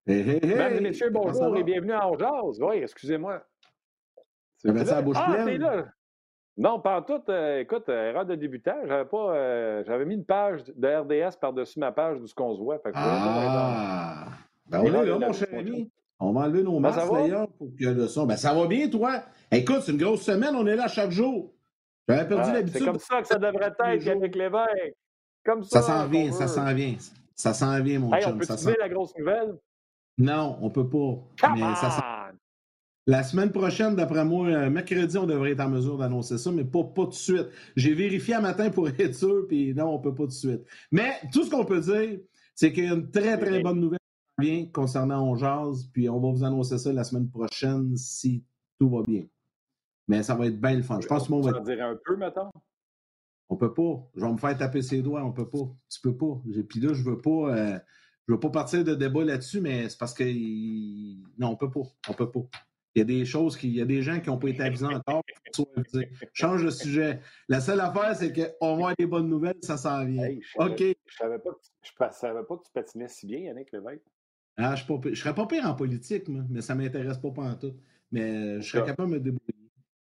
Mesdames et Hey! messieurs, Comment ça bonjour et va? bienvenue à On Jase. Oui, excusez-moi. C'est T'avais-tu la là? bouche Ah, t'es pleine? là! Non, pas en tout. Écoute, erreur de débutant. J'avais mis une page de RDS par-dessus ma page d'où ce qu'on se voit. Fait que je voyais pas bien bien. Ah! Ben, on est Erreur là, mon humoriste, cher mon chum. ami. On va enlever nos Ben, ça masques, va? d'ailleurs, pour que le son... Ben, ça va bien, toi? Écoute, c'est une grosse semaine, on est là chaque jour. J'avais perdu Ah, c'est l'habitude de comme ça que ça devrait tous les être, jours. Yannick Lévesque. Comme Ça s'en ça qu'on vient, ça veut. s'en vient. Ça s'en vient, mon Hey, on chum, peut-tu ça s'en donner la grosse nouvelle? Non, on peut pas. Come Mais ça s'en... on! La semaine prochaine, d'après moi, mercredi, on devrait être en mesure d'annoncer ça, mais pas tout de suite. J'ai vérifié un matin pour être sûr, puis non, on peut pas tout de suite. Mais tout ce qu'on peut dire, c'est qu'il y a une très, très bonne nouvelle qui vient concernant On Jase, puis on va vous annoncer ça la semaine prochaine si tout va bien. Mais ça va être bien le fun. Je pense On que tout le monde peut va en être... dire un peu, mettons? On peut pas. Je vais me faire taper ses doigts, on peut pas. Tu peux pas. Puis là, je veux pas partir de débat là-dessus, mais c'est parce que non, on peut pas. On peut pas. Il y a des choses il y a des gens qui n'ont pas été avisés encore. Change de sujet. La seule affaire, c'est qu'on va avoir des bonnes nouvelles, ça s'en vient. Hey, OK. je savais pas que tu patinais si bien, Yannick Lévesque. Ah, je serais pas pire en politique, moi, mais ça m'intéresse pas en tout. Mais je En tout serais cas, capable de me débrouiller.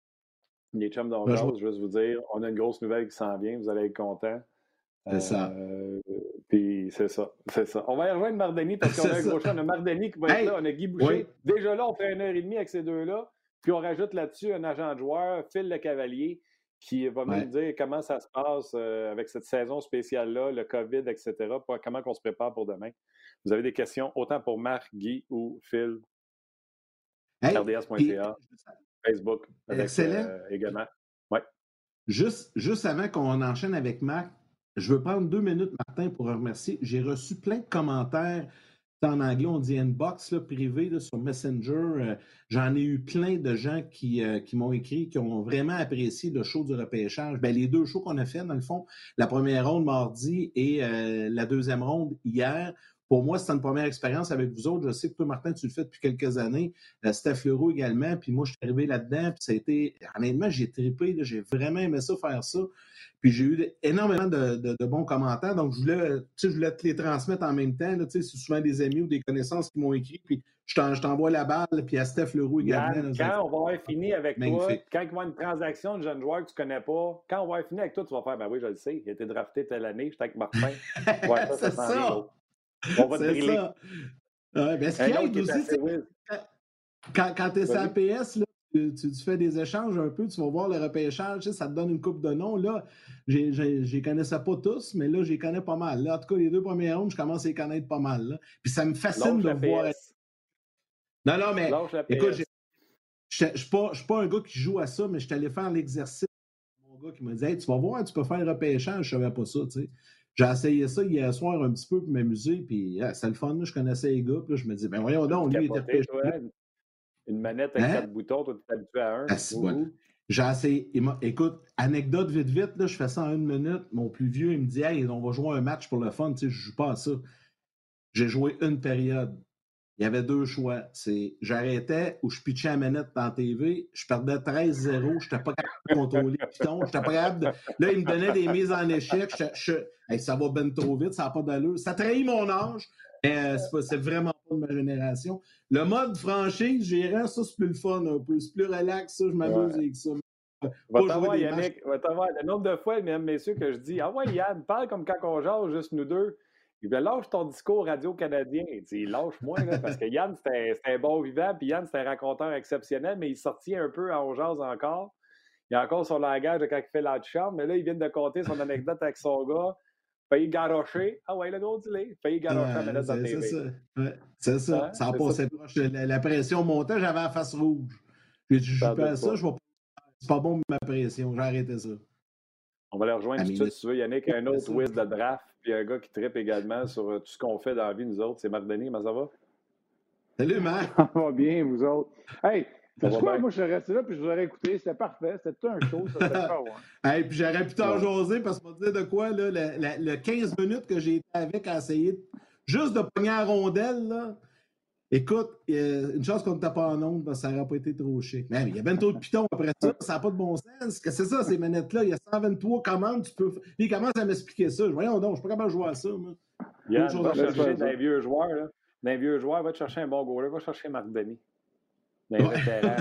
les chums Ben, je vois. d'Onjaz, juste vous dire, on a une grosse nouvelle qui s'en vient, vous allez être contents. C'est ça. Puis c'est ça, c'est ça. On va y rejoindre Mardani parce qu'on C'est a un ça. gros chat. On a Mardani qui va être Hey! là, on a Guy Oui. Boucher. Déjà là, on fait 1h30 avec ces deux-là. Puis on rajoute là-dessus un agent de joueur, Phil Le Cavalier, qui va venir nous dire comment ça se passe avec cette saison spéciale-là, le COVID, etc., comment on se prépare pour demain. Vous avez des questions autant pour Marc, Guy ou Phil, Hey! rds.ca, Facebook, avec Excellent. également. Ouais. Juste avant qu'on enchaîne avec Marc, je veux prendre 2 minutes, Martin, pour remercier. J'ai reçu plein de commentaires. En anglais, on dit inbox là, privé là, sur Messenger. J'en ai eu plein de gens qui m'ont écrit, qui ont vraiment apprécié le show du repêchage. Ben, les 2 shows qu'on a fait, dans le fond, la première ronde mardi et la deuxième ronde hier. Pour moi, c'était une première expérience avec vous autres. Je sais que toi, Martin, tu le fais depuis quelques années. Steph Leroux également. Puis moi, je suis arrivé là-dedans. Puis ça a été, honnêtement, j'ai trippé. Là, j'ai vraiment aimé ça, faire ça. Puis j'ai eu énormément de bons commentaires. Donc, je voulais te les transmettre en même temps. Là, c'est souvent des amis ou des connaissances qui m'ont écrit. Puis je t'envoie la balle. Puis à Steph Leroux également. Yann, quand on va avoir fini avec magnifique. toi, quand il va y avoir une transaction de jeune joueur que tu ne connais pas, quand on va avoir fini avec toi, tu vas faire, ben oui, je le sais, il a été drafté telle année, j'étais avec Martin. Ouais, c'est s'en vient, ça. l'autre. On va te C'est driller. ça. Ben, ce qui Un autre aide qui est aussi, assez quand tu es sur Vas-y. APS, là, tu fais des échanges un peu, tu vas voir le repêchage, ça te donne une coupe de noms. Là, je les connaissais pas tous, mais là, je les connais pas mal. Là, en tout cas, les 2 premières rondes, je commence à les connaître pas mal. Là. Puis ça me fascine Lâche de la voir. PS. Non, mais Lâche la écoute, PS. je ne suis pas un gars qui joue à ça, mais je suis allé faire l'exercice. Mon gars qui m'a dit, hey, tu vas voir, tu peux faire le repêchage, je ne savais pas ça. Tu sais. J'ai essayé ça hier soir un petit peu pour m'amuser, puis c'est le fun. Là, je connaissais les gars, puis là, je me dis, ben voyons donc, lui, il était repêché. Toi, une manette avec 4 boutons, toi, tu es habitué à un. Ah, c'est bon. J'ai essayé. Écoute, anecdote vite, là, je fais ça en 1 minute. Mon plus vieux, il me dit, hey, on va jouer un match pour le fun. Tu sais, je joue pas à ça. J'ai joué une période. Il y avait 2 choix. J'arrêtais ou je pitchais la manette dans la TV. Je perdais 13-0. Je n'étais pas capable de contrôler le piton. J'étais pas capable de... Là, il me donnait des mises en échec. Hey, ça va ben trop vite. Ça n'a pas d'allure. Ça trahit mon âge. C'est vraiment pas de ma génération. Le mode franchise, gérant, ça, c'est plus le fun un peu. C'est plus relax, ça. Je m'amuse avec ça. Va t'avoir, Yannick. Va t'avoir le nombre de fois, mesdames, messieurs, que je dis, ah ouais, Yann, parle comme quand on jase, juste nous deux. Il dit, lâche ton discours radio-canadien. Il dit, lâche-moi, là, parce que Yann, c'était un bon vivant, puis Yann, c'était un raconteur exceptionnel, mais il sortit un peu en jase encore. Il a encore son langage de quand il fait l'antichambre, mais là, il vient de compter son anecdote avec son gars. Failli garocher. Ah ouais, le gros dilé. Failli garocher la manette dans la TV. C'est ça. Ouais, c'est ça. Hein? Ça a passé proche. La pression montait, j'avais la face rouge. J'ai dit, je joue pas à ça, c'est pas bon ma pression. J'ai arrêté ça. On va les rejoindre tout de suite, si tu veux. Yannick, un autre whiz de draft, puis un gars qui trippe également sur tout ce qu'on fait dans la vie, nous autres. C'est Marc Denis, comment ça va? Salut, Marc. Ça va bien, vous autres. Hey, c'est quoi? Moi, je suis resté là, puis je vous aurais écouté. C'était parfait. C'était tout un show. Ça serait pas, ouais. Hey, puis j'aurais pu t'en jaser parce qu'on va te dire de quoi, là, le 15 minutes que j'ai été avec à essayer juste de pogner la rondelle, là. Écoute, une chance qu'on n'était pas en onde, parce que ça n'aurait pas été trop chic. Mais il y a bien trop de pitons après ça, ça n'a pas de bon sens. Que c'est ça, ces manettes-là? Il y a 123 commandes, tu peux. Il commence à m'expliquer ça. Voyons donc, je ne suis pas capable de jouer à ça, moi. Yann, va chercher des vieux joueurs, là. d'un vieux joueur, va te chercher un bon goaler, va chercher Marc Denis. D'un vétéran.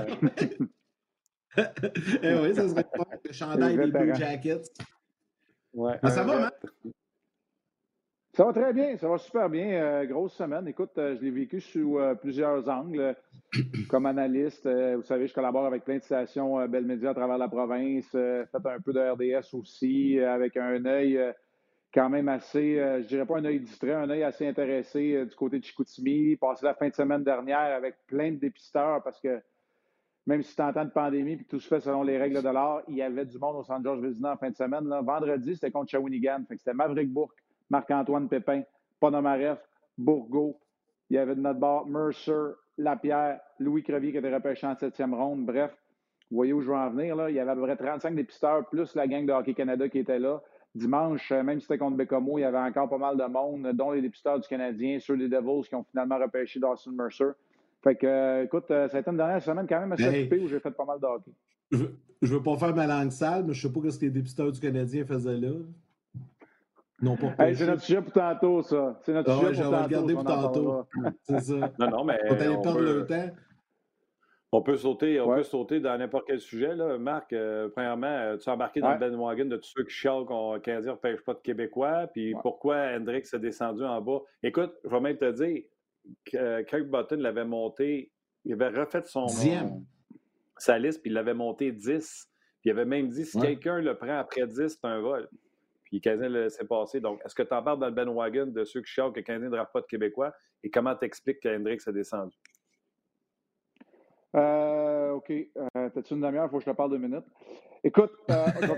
Oui, ça serait pas le chandail des Blue Jackets. Ouais, ça va, Marc? Ça va très bien, ça va super bien. Grosse semaine. Écoute, je l'ai vécu sous plusieurs angles. Comme analyste, vous savez, je collabore avec plein de stations Bell Media à travers la province. Fait un peu de RDS aussi, avec un œil quand même assez, je dirais pas un œil distrait, un œil assez intéressé du côté de Chicoutimi. Passé la fin de semaine dernière avec plein de dépisteurs parce que même si c'est en temps de pandémie et que tout se fait selon les règles de l'art, il y avait du monde au Centre Georges Vézina en fin de semaine. Là. Vendredi, c'était contre Shawinigan. Fait que c'était Maverick Bourque, Marc-Antoine Pépin, Ponomareff, Bourgault. Il y avait de notre bord Mercer, Lapierre, Louis Crevier qui était repêché en 7e ronde. Bref, vous voyez où je veux en venir. Là. Il y avait à peu près 35 dépisteurs, plus la gang de Hockey Canada qui était là. Dimanche, même si c'était contre Bécomo, il y avait encore pas mal de monde, dont les dépisteurs du Canadien, ceux des Devils qui ont finalement repêché Dawson Mercer. Fait que, écoute, ça a été une dernière semaine quand même assez occupée où j'ai fait pas mal de hockey. Je veux pas faire ma langue sale, mais je sais pas ce que les dépisteurs du Canadien faisaient là. Non, pas c'est notre sujet pour tantôt, ça. C'est notre sujet pour tantôt. Regarder pour tantôt. C'est ça. Non, mais on va aller perdre le temps. On peut sauter dans n'importe quel sujet. Là. Marc, premièrement, tu as embarqué dans le bandwagon de tous ceux qui chialent qu'on Canadien ne repêche pas de Québécois. Puis pourquoi Hendrix s'est descendu en bas? Écoute, je vais même te dire, Kirk Button l'avait monté, il avait refait sa liste, puis il l'avait monté 10. Puis il avait même dit, si quelqu'un le prend après 10, c'est un vol. Puis le Canadien le laissait passer. Donc, est-ce que tu embarques dans le bandwagon de ceux qui chialent que le Canadien ne drape pas de Québécois? Et comment t'expliques que Hendrix a descendu? OK. T'as-tu une demi-heure? Il faut que je te parle 2 minutes. Écoute, je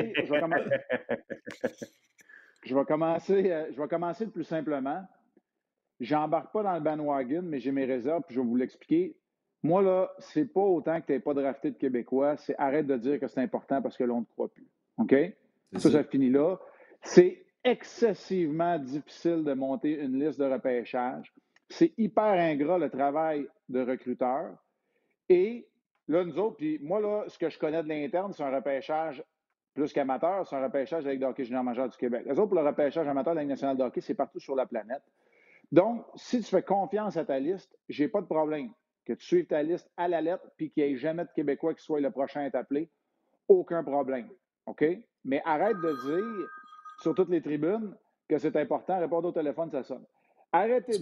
vais commencer le plus simplement. J'embarque pas dans le bandwagon, mais j'ai mes réserves, puis je vais vous l'expliquer. Moi, là, c'est pas autant que tu n'aies pas drafté de Québécois, c'est arrête de dire que c'est important parce que l'on ne te croit plus. OK? Ça finit là. C'est excessivement difficile de monter une liste de repêchage. C'est hyper ingrat le travail de recruteur. Et là, nous autres, puis moi, là, ce que je connais de l'interne, c'est un repêchage plus qu'amateur, c'est un repêchage de la Ligue de hockey junior majeur du Québec. Les autres, pour le repêchage amateur de la Ligue nationale de hockey, c'est partout sur la planète. Donc, si tu fais confiance à ta liste, j'ai pas de problème. Que tu suives ta liste à la lettre puis qu'il n'y ait jamais de Québécois qui soit le prochain à être appelé, aucun problème. OK? Mais arrête de dire sur toutes les tribunes que c'est important. Répondre au téléphone, ça sonne. Arrêtez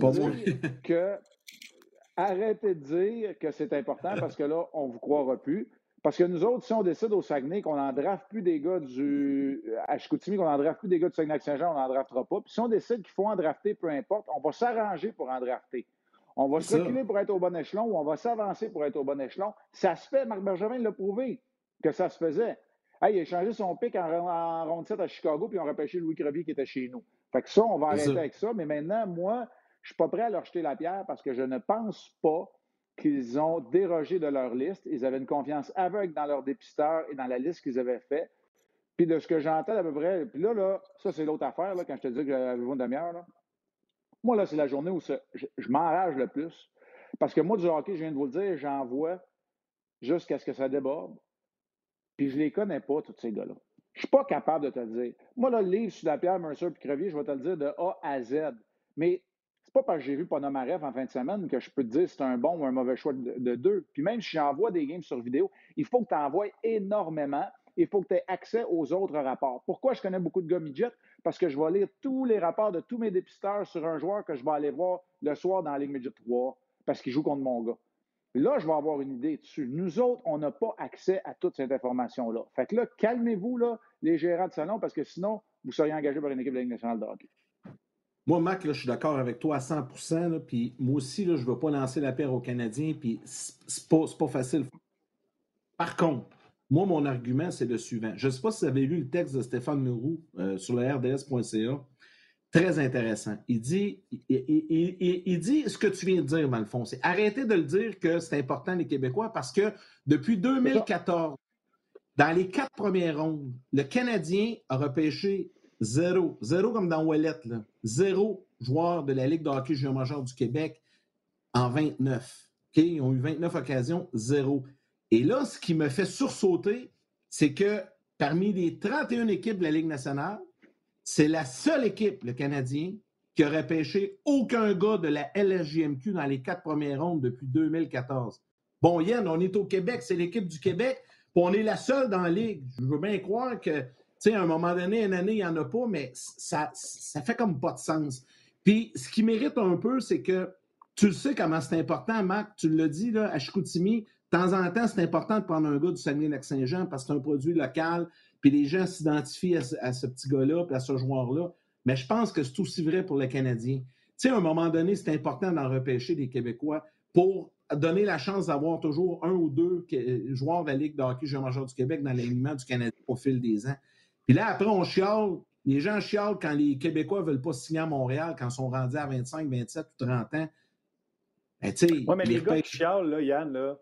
de dire que c'est important parce que là, on ne vous croira plus. Parce que nous autres, si on décide au Saguenay qu'on n'en draft plus des gars à Chicoutimi, qu'on n'en draft plus des gars du Saguenay-Saint-Jean, on n'en draftera pas. Puis si on décide qu'il faut en drafter, peu importe, on va s'arranger pour en drafter. On va se reculer pour être au bon échelon ou on va s'avancer pour être au bon échelon. Ça se fait, Marc Bergevin l'a prouvé que ça se faisait. Hey, il a changé son pic en ronde 7 à Chicago, puis ils ont repêché Louis Crevier qui était chez nous. Fait que ça, on va arrêter avec ça. Mais maintenant, moi, je ne suis pas prêt à leur jeter la pierre parce que je ne pense pas qu'ils ont dérogé de leur liste. Ils avaient une confiance aveugle dans leur dépisteur et dans la liste qu'ils avaient faite. Puis de ce que j'entends à peu près, puis là, ça, c'est l'autre affaire, là, quand je te dis que j'avais une demi-heure. Là. Moi, là, c'est la journée où je m'enrage le plus. Parce que moi, du hockey, je viens de vous le dire, j'en vois jusqu'à ce que ça déborde. Puis je les connais pas, tous ces gars-là. Je suis pas capable de te le dire. Moi, là, le livre sur la pierre, Mercer puis Crevier, je vais te le dire de A à Z. Mais c'est pas parce que j'ai vu Ponomareff en fin de semaine que je peux te dire si c'est un bon ou un mauvais choix de deux. Puis même si j'envoie des games sur vidéo, il faut que tu envoies énormément. Il faut que tu aies accès aux autres rapports. Pourquoi je connais beaucoup de gars midget? Parce que je vais lire tous les rapports de tous mes dépisteurs sur un joueur que je vais aller voir le soir dans la Ligue Midget 3 parce qu'il joue contre mon gars. Là, je vais avoir une idée dessus. Nous autres, on n'a pas accès à toute cette information-là. Fait que là, calmez-vous, là, les gérants de salon, parce que sinon, vous seriez engagés par une équipe de la Ligue nationale de hockey. Moi, Marc, là, je suis d'accord avec toi à 100%. Puis moi aussi, là, je ne veux pas lancer la pierre aux Canadiens. Puis c'est pas facile. Par contre, moi, mon argument, c'est le suivant. Je ne sais pas si vous avez lu le texte de Stéphane Meroux sur le rds.ca. Très intéressant. Il dit ce que tu viens de dire, dans le fond. C'est arrêtez de le dire que c'est important les Québécois parce que depuis 2014, dans les 4 premières rondes, le Canadien a repêché 0 comme dans Ouellette, là. 0 joueur de la Ligue de hockey junior majeur du Québec en 29. Okay? Ils ont eu 29 occasions, 0. Et là, ce qui me fait sursauter, c'est que parmi les 31 équipes de la Ligue nationale, c'est la seule équipe, le Canadien, qui a repêché aucun gars de la LSJMQ dans les 4 premières rondes depuis 2014. Bon, Yann, on est au Québec, c'est l'équipe du Québec, puis on est la seule dans la Ligue. Je veux bien croire que, tu sais, à un moment donné, une année, il n'y en a pas, mais ça fait comme pas de sens. Puis, ce qui mérite un peu, c'est que tu le sais comment c'est important, Marc, tu l'as dit, là, à Chicoutimi, de temps en temps, c'est important de prendre un gars du Saguenay-Lac-Saint-Jean parce que c'est un produit local, puis les gens s'identifient à ce petit gars-là, puis à ce joueur-là. Mais je pense que c'est aussi vrai pour les Canadiens. Tu sais, à un moment donné, c'est important d'en repêcher des Québécois pour donner la chance d'avoir toujours un ou deux joueurs de la Ligue de hockey junior majeur du Québec dans l'alignement du Canadien au fil des ans. Puis là, après, on chiale. Les gens chialent quand les Québécois ne veulent pas signer à Montréal, quand ils sont rendus à 25, 27 ou 30 ans. Ben, mais les gars qui chialent, là, Yann, là,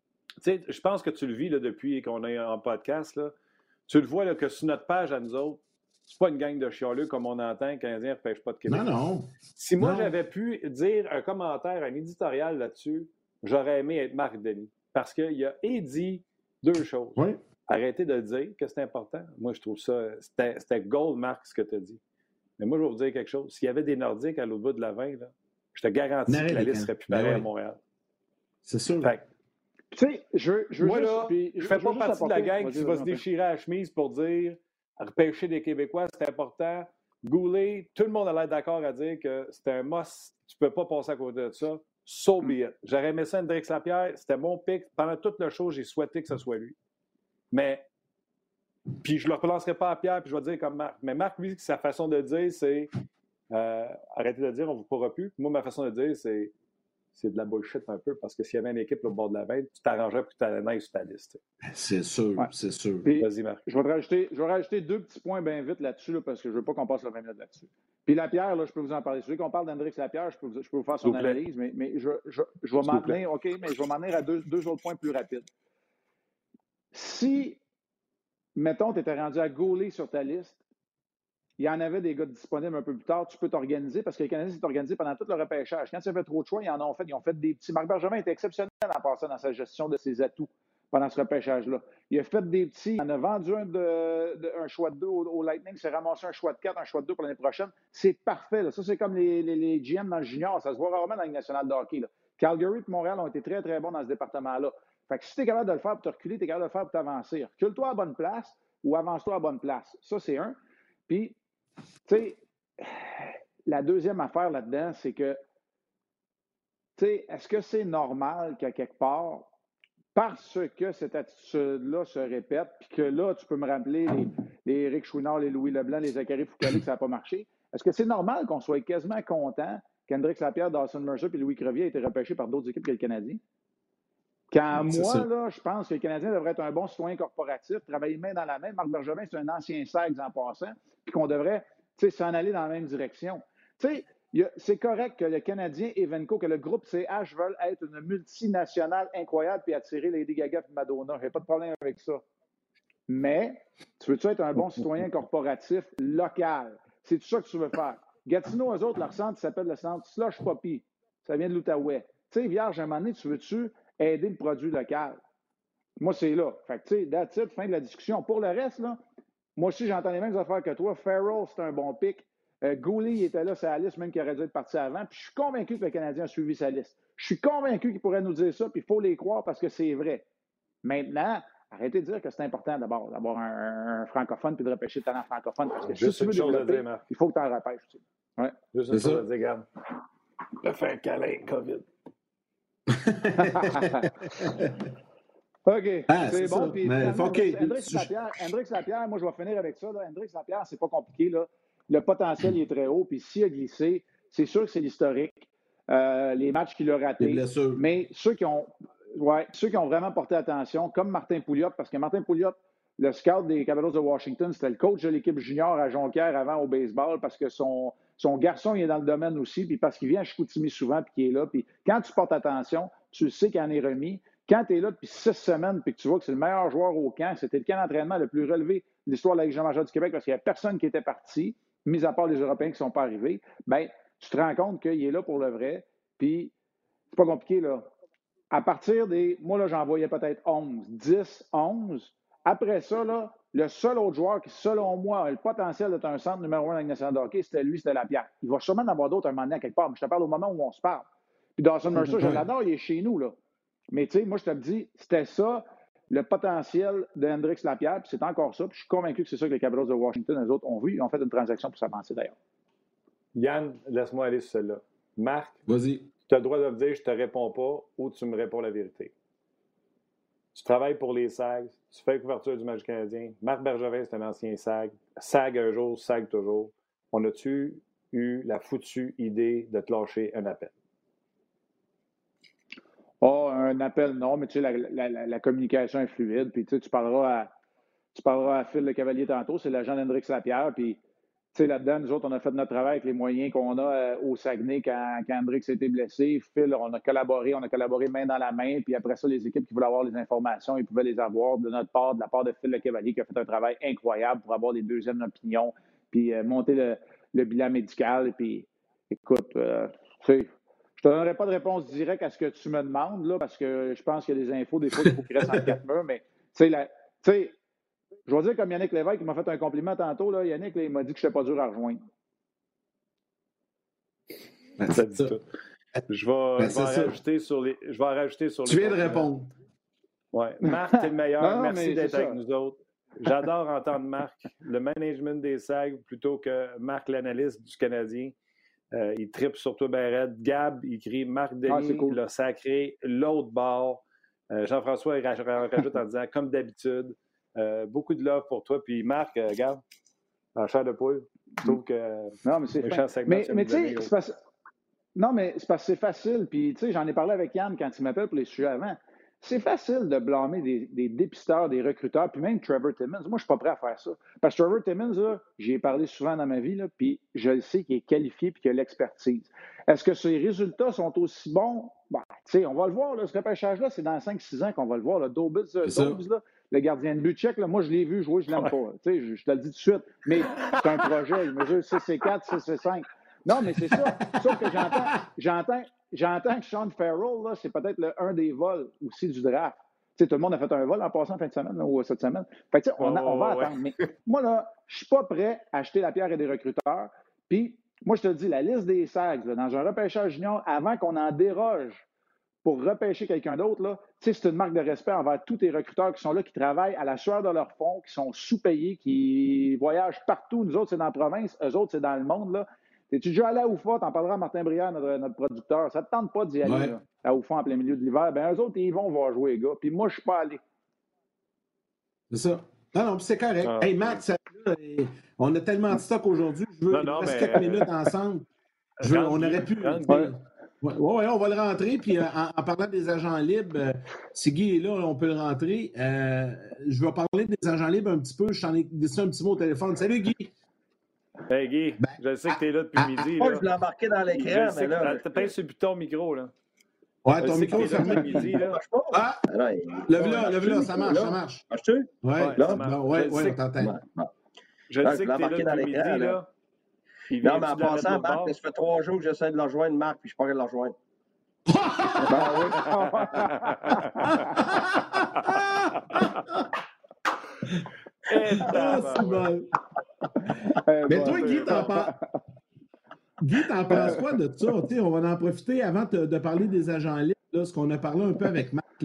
je pense que tu le vis là, depuis qu'on est en podcast. Là, tu le vois là, que sur notre page à nous autres, c'est pas une gang de chialeux comme on entend, les Canadiens ne repêchent pas de Québec. Non. Si moi, j'avais pu dire un commentaire, un éditorial là-dessus, j'aurais aimé être Marc Denis. Parce qu'il a dit deux choses. Oui. Arrêtez de dire que c'est important. Moi, je trouve ça, c'était gold, Marc, ce que tu as dit. Mais moi, je vais vous dire quelque chose. S'il y avait des Nordiques à l'autre bout de la 20, là, je te garantis que la liste serait plus pareille à Montréal. C'est sûr. Tu sais, moi, là, je fais pas partie de la gang qui va se déchirer à la chemise pour dire repêcher des Québécois, c'est important. Goulet, tout le monde a l'air d'accord à dire que c'était un must. Tu peux pas passer à côté de ça. So be it. J'aurais aimé ça Hendrix Lapierre. C'était mon pick. Pendant toute la chose, j'ai souhaité que ce soit lui. Mais, puis je ne le relancerai pas à Pierre, puis je vais dire comme Marc. Mais Marc, lui, sa façon de dire, c'est arrêtez de dire on ne vous pourra plus. Moi, ma façon de dire, c'est de la bullshit un peu, parce que s'il y avait une équipe au bord de la veine, tu t'arrangerais pour que tu aies la sur ta liste. C'est sûr, c'est sûr. Puis, vas-y, Marc. Je vais rajouter deux petits points bien vite là-dessus, là, parce que je ne veux pas qu'on passe le 20 minutes là-dessus. Puis Lapierre, là, je peux vous en parler. Celui qu'on parle d'Hendrix Lapierre, je peux vous faire son analyse, mais je vais m'en tenir, OK, mais je vais m'en tenir à deux autres points plus rapides. Si, mettons, tu étais rendu à Goulet sur ta liste, il y en avait des gars disponibles un peu plus tard, tu peux t'organiser parce que les Canadiens s'est organisé pendant tout le repêchage. Quand il y avait trop de choix, ils ont fait des petits. Marc Bergevin était exceptionnel en passant dans sa gestion de ses atouts pendant ce repêchage-là. Il a fait des petits. Il en a vendu un choix de 2 au Lightning, il s'est ramassé un choix de 4, un choix de 2 pour l'année prochaine. C'est parfait. Là. Ça, c'est comme les GM dans le junior. Ça se voit rarement dans la Ligue nationale de hockey. Là. Calgary et Montréal ont été très, très bons dans ce département-là. Fait que si tu es capable de le faire pour te reculer, tu es capable de le faire pour t'avancer. Recule-toi à bonne place ou avance-toi à bonne place. Ça, c'est un. Puis, tu sais, la deuxième affaire là-dedans, c'est que, tu sais, est-ce que c'est normal qu'à quelque part, parce que cette attitude-là se répète, puis que là, tu peux me rappeler les Éric Chouinard, les Louis Leblanc, les Zachary Foucault, que ça n'a pas marché, est-ce que c'est normal qu'on soit quasiment content qu'Hendrix Lapierre, Dawson Mercer et Louis Crevier aient été repêchés par d'autres équipes que le Canadien? Quand moi, là, je pense que le Canadien devrait être un bon citoyen corporatif, travailler main dans la main. Marc Bergevin, c'est un ancien SAG en passant, puis qu'on devrait s'en aller dans la même direction. C'est correct que le Canadien Evenco, que le groupe CH veulent être une multinationale incroyable puis attirer Lady Gaga et Madonna. Je n'ai pas de problème avec ça. Mais, tu veux-tu être un bon citoyen corporatif local? C'est tout ça que tu veux faire. Gatineau, eux autres, leur centre s'appelle le centre Slush Poppy. Ça vient de l'Outaouais. Tu sais, Vierge, à un moment donné, tu veux-tu aider le produit local? Moi, c'est là. Fait que, tu sais, that's it, fin de la discussion. Pour le reste, là, moi aussi, j'entends les mêmes affaires que toi. Farrell, c'est un bon pic. Goulet, il était là, c'est la liste, même qu'il aurait dû être parti avant. Puis je suis convaincu que le Canadien a suivi sa liste. Je suis convaincu qu'il pourrait nous dire ça, puis il faut les croire parce que c'est vrai. Maintenant, arrêtez de dire que c'est important d'abord d'avoir un francophone puis de repêcher le talent francophone. Parce que juste si tu veux développer, il faut que tu en repêches aussi. Ouais. Juste une chose à dire, regarde. Je vais faire un câlin, COVID. OK, c'est bon. Puis, Hendrix Lapierre, moi, je vais finir avec ça. Hendrix Lapierre, c'est pas compliqué. Là. Le potentiel il est très haut. Puis s'il a glissé, c'est sûr que c'est l'historique. Les matchs qu'il a ratés. Mais ceux qui ont vraiment porté attention, comme Martin Pouliot, parce que Martin Pouliot, le scout des Capitals de Washington, c'était le coach de l'équipe junior à Jonquière avant au baseball, parce que son garçon il est dans le domaine aussi, puis parce qu'il vient à Chicoutimi souvent, puis qu'il est là. Puis quand tu portes attention, tu sais qu'il en est remis. Quand tu es là depuis 6 semaines puis que tu vois que c'est le meilleur joueur au camp, c'était le camp d'entraînement le plus relevé de l'histoire de la Ligue majeure du Québec parce qu'il n'y a personne qui était parti, mis à part les Européens qui ne sont pas arrivés, bien, tu te rends compte qu'il est là pour le vrai. Puis, c'est pas compliqué, là. À partir des... Moi, là, j'en voyais peut-être 11, 10, 11. Après ça, là, le seul autre joueur qui, selon moi, a le potentiel d'être un centre numéro 1 de la Ligue nationale de hockey, c'était Lapierre. Il va sûrement en avoir d'autres un moment donné à quelque part, mais je te parle au moment où on se parle. Puis Dawson Mercer, je l'adore, il est chez nous, là. Mais tu sais, moi, je te le dis, c'était ça, le potentiel de Hendrix Lapierre, puis c'est encore ça. Puis je suis convaincu que c'est ça que les Capitals de Washington, eux autres, ont vu. Ils ont fait une transaction pour s'avancer, d'ailleurs. Yann, laisse-moi aller sur celle-là. Marc, vas-y. Tu as le droit de me dire je te réponds pas ou tu me réponds la vérité. Tu travailles pour les SAG, tu fais la couverture du match canadien. Marc Bergevin, c'est un ancien SAG. SAG un jour, SAG toujours. On a-tu eu la foutue idée de te lâcher un appel? Oh, un appel, non, mais tu sais, la communication est fluide. Puis tu sais, tu parleras à Phil Le Cavalier tantôt, c'est l'agent d'Hendrix Lapierre. Puis tu sais, là-dedans, nous autres, on a fait notre travail avec les moyens qu'on a au Saguenay quand Hendrix a été blessé. Phil, on a collaboré main dans la main. Puis après ça, les équipes qui voulaient avoir les informations, ils pouvaient les avoir de notre part, de la part de Phil Le Cavalier, qui a fait un travail incroyable pour avoir les deuxièmes opinions, puis monter le bilan médical. Et puis, écoute, tu sais, je ne te donnerai pas de réponse directe à ce que tu me demandes, là, parce que je pense qu'il y a des infos, des fois, il faut qu'ils restent en quatre murs. Mais, tu sais, je vais dire comme Yannick Lévesque qui m'a fait un compliment tantôt. Là, Yannick, là, il m'a dit que je n'étais pas dur à rejoindre. Ça dit tout. Je vais en rajouter sur les. Tu viens de répondre. Oui. Marc, t'es le meilleur. Merci d'être avec nous autres. J'adore entendre Marc, le management des SAG, plutôt que Marc, l'analyste du Canadien. Il tripe sur toi, ben raide. Gab, il crie Marc Denis, cool. Le sacré, l'autre bord. Jean-François, il rajoute en disant comme d'habitude. Beaucoup de love pour toi. Puis Marc, regarde, en chair de poule, je trouve que. Non, mais c'est mais tu sais, c'est parce... Non, mais c'est parce que c'est facile. Puis, tu sais, j'en ai parlé avec Yann quand il m'appelle pour les sujets avant. C'est facile de blâmer des dépisteurs, des recruteurs, puis même Trevor Timmins. Moi, je ne suis pas prêt à faire ça. Parce que Trevor Timmins, là, j'y ai parlé souvent dans ma vie, là, puis je le sais qu'il est qualifié et qu'il a l'expertise. Est-ce que ses résultats sont aussi bons? Ben, tu sais, on va le voir. Là, ce repêchage-là, c'est dans 5-6 ans qu'on va le voir. Dobbs, là, le gardien de but tchèque, là, moi, je l'ai vu jouer, je ne l'aime pas. Tu sais, je te le dis tout de suite. Mais c'est un projet. Il mesure 6'4", 6'5". Non, mais c'est ça. Sauf que j'entends que Sean Farrell, là, c'est peut-être un des vols aussi du draft. Tu sais, tout le monde a fait un vol en passant en fin de semaine là, ou cette semaine. Fait que, on va attendre. Mais moi, là, je ne suis pas prêt à acheter la pierre et des recruteurs. Puis, moi, je te dis, la liste des SAGs, là, dans un repêchage junior, avant qu'on en déroge pour repêcher quelqu'un d'autre, là, c'est une marque de respect envers tous tes recruteurs qui sont là, qui travaillent à la sueur de leur front, qui sont sous-payés, qui voyagent partout. Nous autres, c'est dans la province. Eux autres, c'est dans le monde. Là. Es-tu déjà allé à Oufa? T'en parleras à Martin Brière, notre producteur. Ça ne te tente pas d'y aller là, à Oufa en plein milieu de l'hiver. Ben eux autres, ils vont voir jouer, les gars. Puis moi, je ne suis pas allé. C'est ça. Non, c'est correct. Hey, Max, on a tellement de stock aujourd'hui. Je veux rester quelques minutes ensemble. On aurait pu... Oui, on va le rentrer. Puis en parlant des agents libres, si Guy est là, on peut le rentrer. Je vais parler des agents libres un petit peu. Je t'en ai dit un petit mot au téléphone. Salut, Guy. Hey Guy, je sais que tu es là depuis midi. Moi, je l'ai embarqué dans l'écran, mais là. Tu pèses sur le bouton micro, là. Ouais, ton micro est fermé. Midi, là. Ah! Lève-le, ça marche, ça marche. Marche-tu? Oui, on t'entend. Je sais que tu es là depuis midi, là. Non, mais en passant, Marc, ça fait 3 jours que j'essaie de le rejoindre, Marc, puis je ne suis pas capable de le rejoindre. Mais toi, Guy, t'en penses quoi de ça? T'sais, on va en profiter avant de parler des agents libres, là, ce qu'on a parlé un peu avec Marc.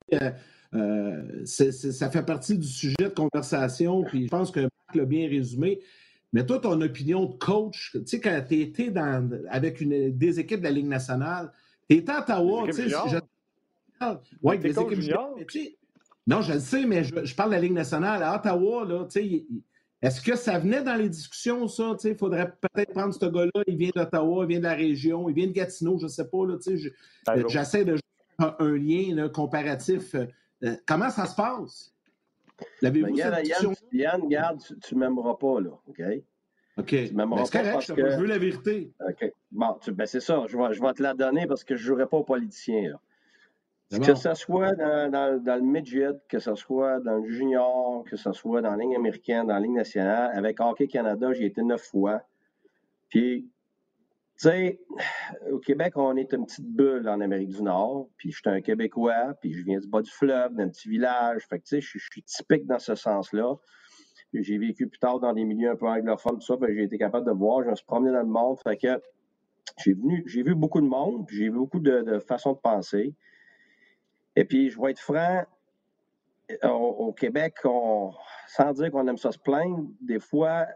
Ça fait partie du sujet de conversation, puis je pense que Marc l'a bien résumé. Mais toi, ton opinion de coach, tu sais, quand tu étais avec des équipes de la Ligue nationale, tu étais à Ottawa, tu sais. Oui, des équipes juniors. Non, je le sais, mais je parle de la Ligue nationale. À Ottawa, là, tu sais, est-ce que ça venait dans les discussions, ça? Tu sais, il faudrait peut-être prendre ce gars-là, il vient d'Ottawa, il vient de la région, il vient de Gatineau, je ne sais pas, là, tu sais. J'essaie de faire un lien là, comparatif. Comment ça se passe? L'avez-vous cette discussion? Yann, garde, tu ne m'aimeras pas, là, OK? OK. C'est correct, je veux la vérité. OK. Bon, c'est ça. Je vais te la donner parce que je ne jouerai pas aux politiciens, là. Que bon. ce soit dans le midget, que ce soit dans le junior, que ce soit dans la Ligue américaine, dans la Ligue nationale, avec Hockey Canada, j'ai été 9 fois. Puis, tu sais, au Québec, on est une petite bulle en Amérique du Nord. Puis, je suis un Québécois, puis je viens du bas du fleuve, d'un petit village. Fait que, tu sais, je suis typique dans ce sens-là. j'ai vécu plus tard dans des milieux un peu anglophones, tout ça, j'ai été capable de voir, je me suis promené dans le monde, fait que j'ai vu beaucoup de monde, puis j'ai vu beaucoup de façons de penser. Et puis, je vais être franc, au Québec, sans dire qu'on aime ça se plaindre, des fois,